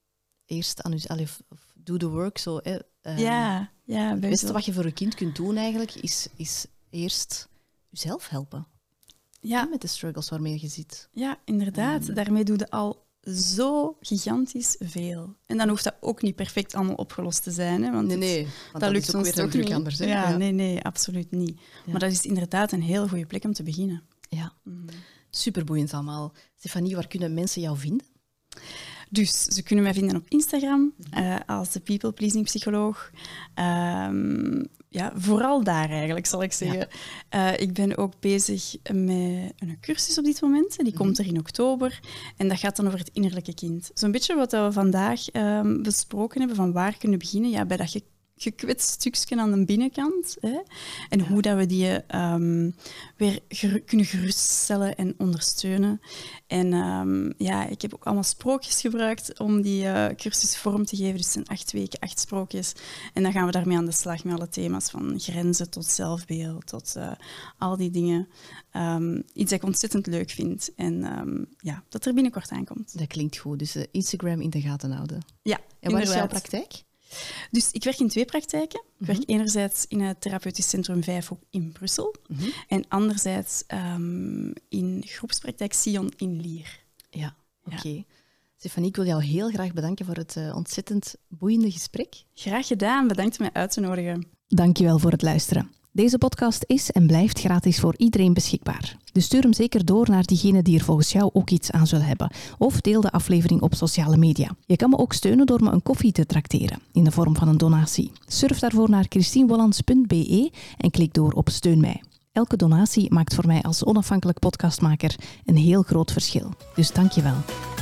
eerst aan je... Allee, do the work. Zo, hè. Uh, ja, ja, het beste wat je voor je kind kunt doen eigenlijk, is, is eerst jezelf helpen. Ja. Met de struggles waarmee je zit. Ja, inderdaad. Um. Daarmee doe je al zo gigantisch veel. En dan hoeft dat ook niet perfect allemaal opgelost te zijn. Hè, want nee, nee. Het, want dat, dat lukt is ook ons weer ook druk niet. Anders. Hè? Ja, ja, nee, nee, absoluut niet. Ja. Maar dat is inderdaad een heel goede plek om te beginnen. Ja. Mm. Superboeiend allemaal. Stefanie, waar kunnen mensen jou vinden? Dus ze kunnen mij vinden op Instagram uh, als de People Pleasing Psycholoog. Um, ja, vooral daar eigenlijk, zal ik zeggen. Ja. Uh, ik ben ook bezig met een cursus op dit moment. Die mm-hmm. komt er in oktober. En dat gaat dan over het innerlijke kind. Zo'n beetje wat we vandaag um, besproken hebben, van waar kunnen we beginnen. Ja, bij dat ge- gekwetst stukje aan de binnenkant. Hè? En ja. hoe dat we die um, weer ger- kunnen geruststellen en ondersteunen. En um, ja, ik heb ook allemaal sprookjes gebruikt om die uh, cursus vorm te geven. Dus het zijn acht weken, acht sprookjes. En dan gaan we daarmee aan de slag met alle thema's van grenzen tot zelfbeeld, tot uh, al die dingen. Um, iets dat ik ontzettend leuk vind. En um, ja, dat er binnenkort aankomt. Dat klinkt goed. Dus uh, Instagram in de gaten houden. Ja, en waar is jouw praktijk? Dus ik werk in twee praktijken. Ik mm-hmm. werk enerzijds in het therapeutisch centrum Vijfhoek in Brussel. Mm-hmm. En anderzijds um, in groepspraktijk Sion in Lier. Ja, oké. Okay. Stefanie, ik wil jou heel graag bedanken voor het uh, ontzettend boeiende gesprek. Graag gedaan. Bedankt om mij uit te nodigen. Dankjewel voor het luisteren. Deze podcast is en blijft gratis voor iedereen beschikbaar. Dus stuur hem zeker door naar diegenen die er volgens jou ook iets aan zullen hebben. Of deel de aflevering op sociale media. Je kan me ook steunen door me een koffie te trakteren, in de vorm van een donatie. Surf daarvoor naar christienwollands punt b e en klik door op Steun mij. Elke donatie maakt voor mij als onafhankelijk podcastmaker een heel groot verschil. Dus dank je wel.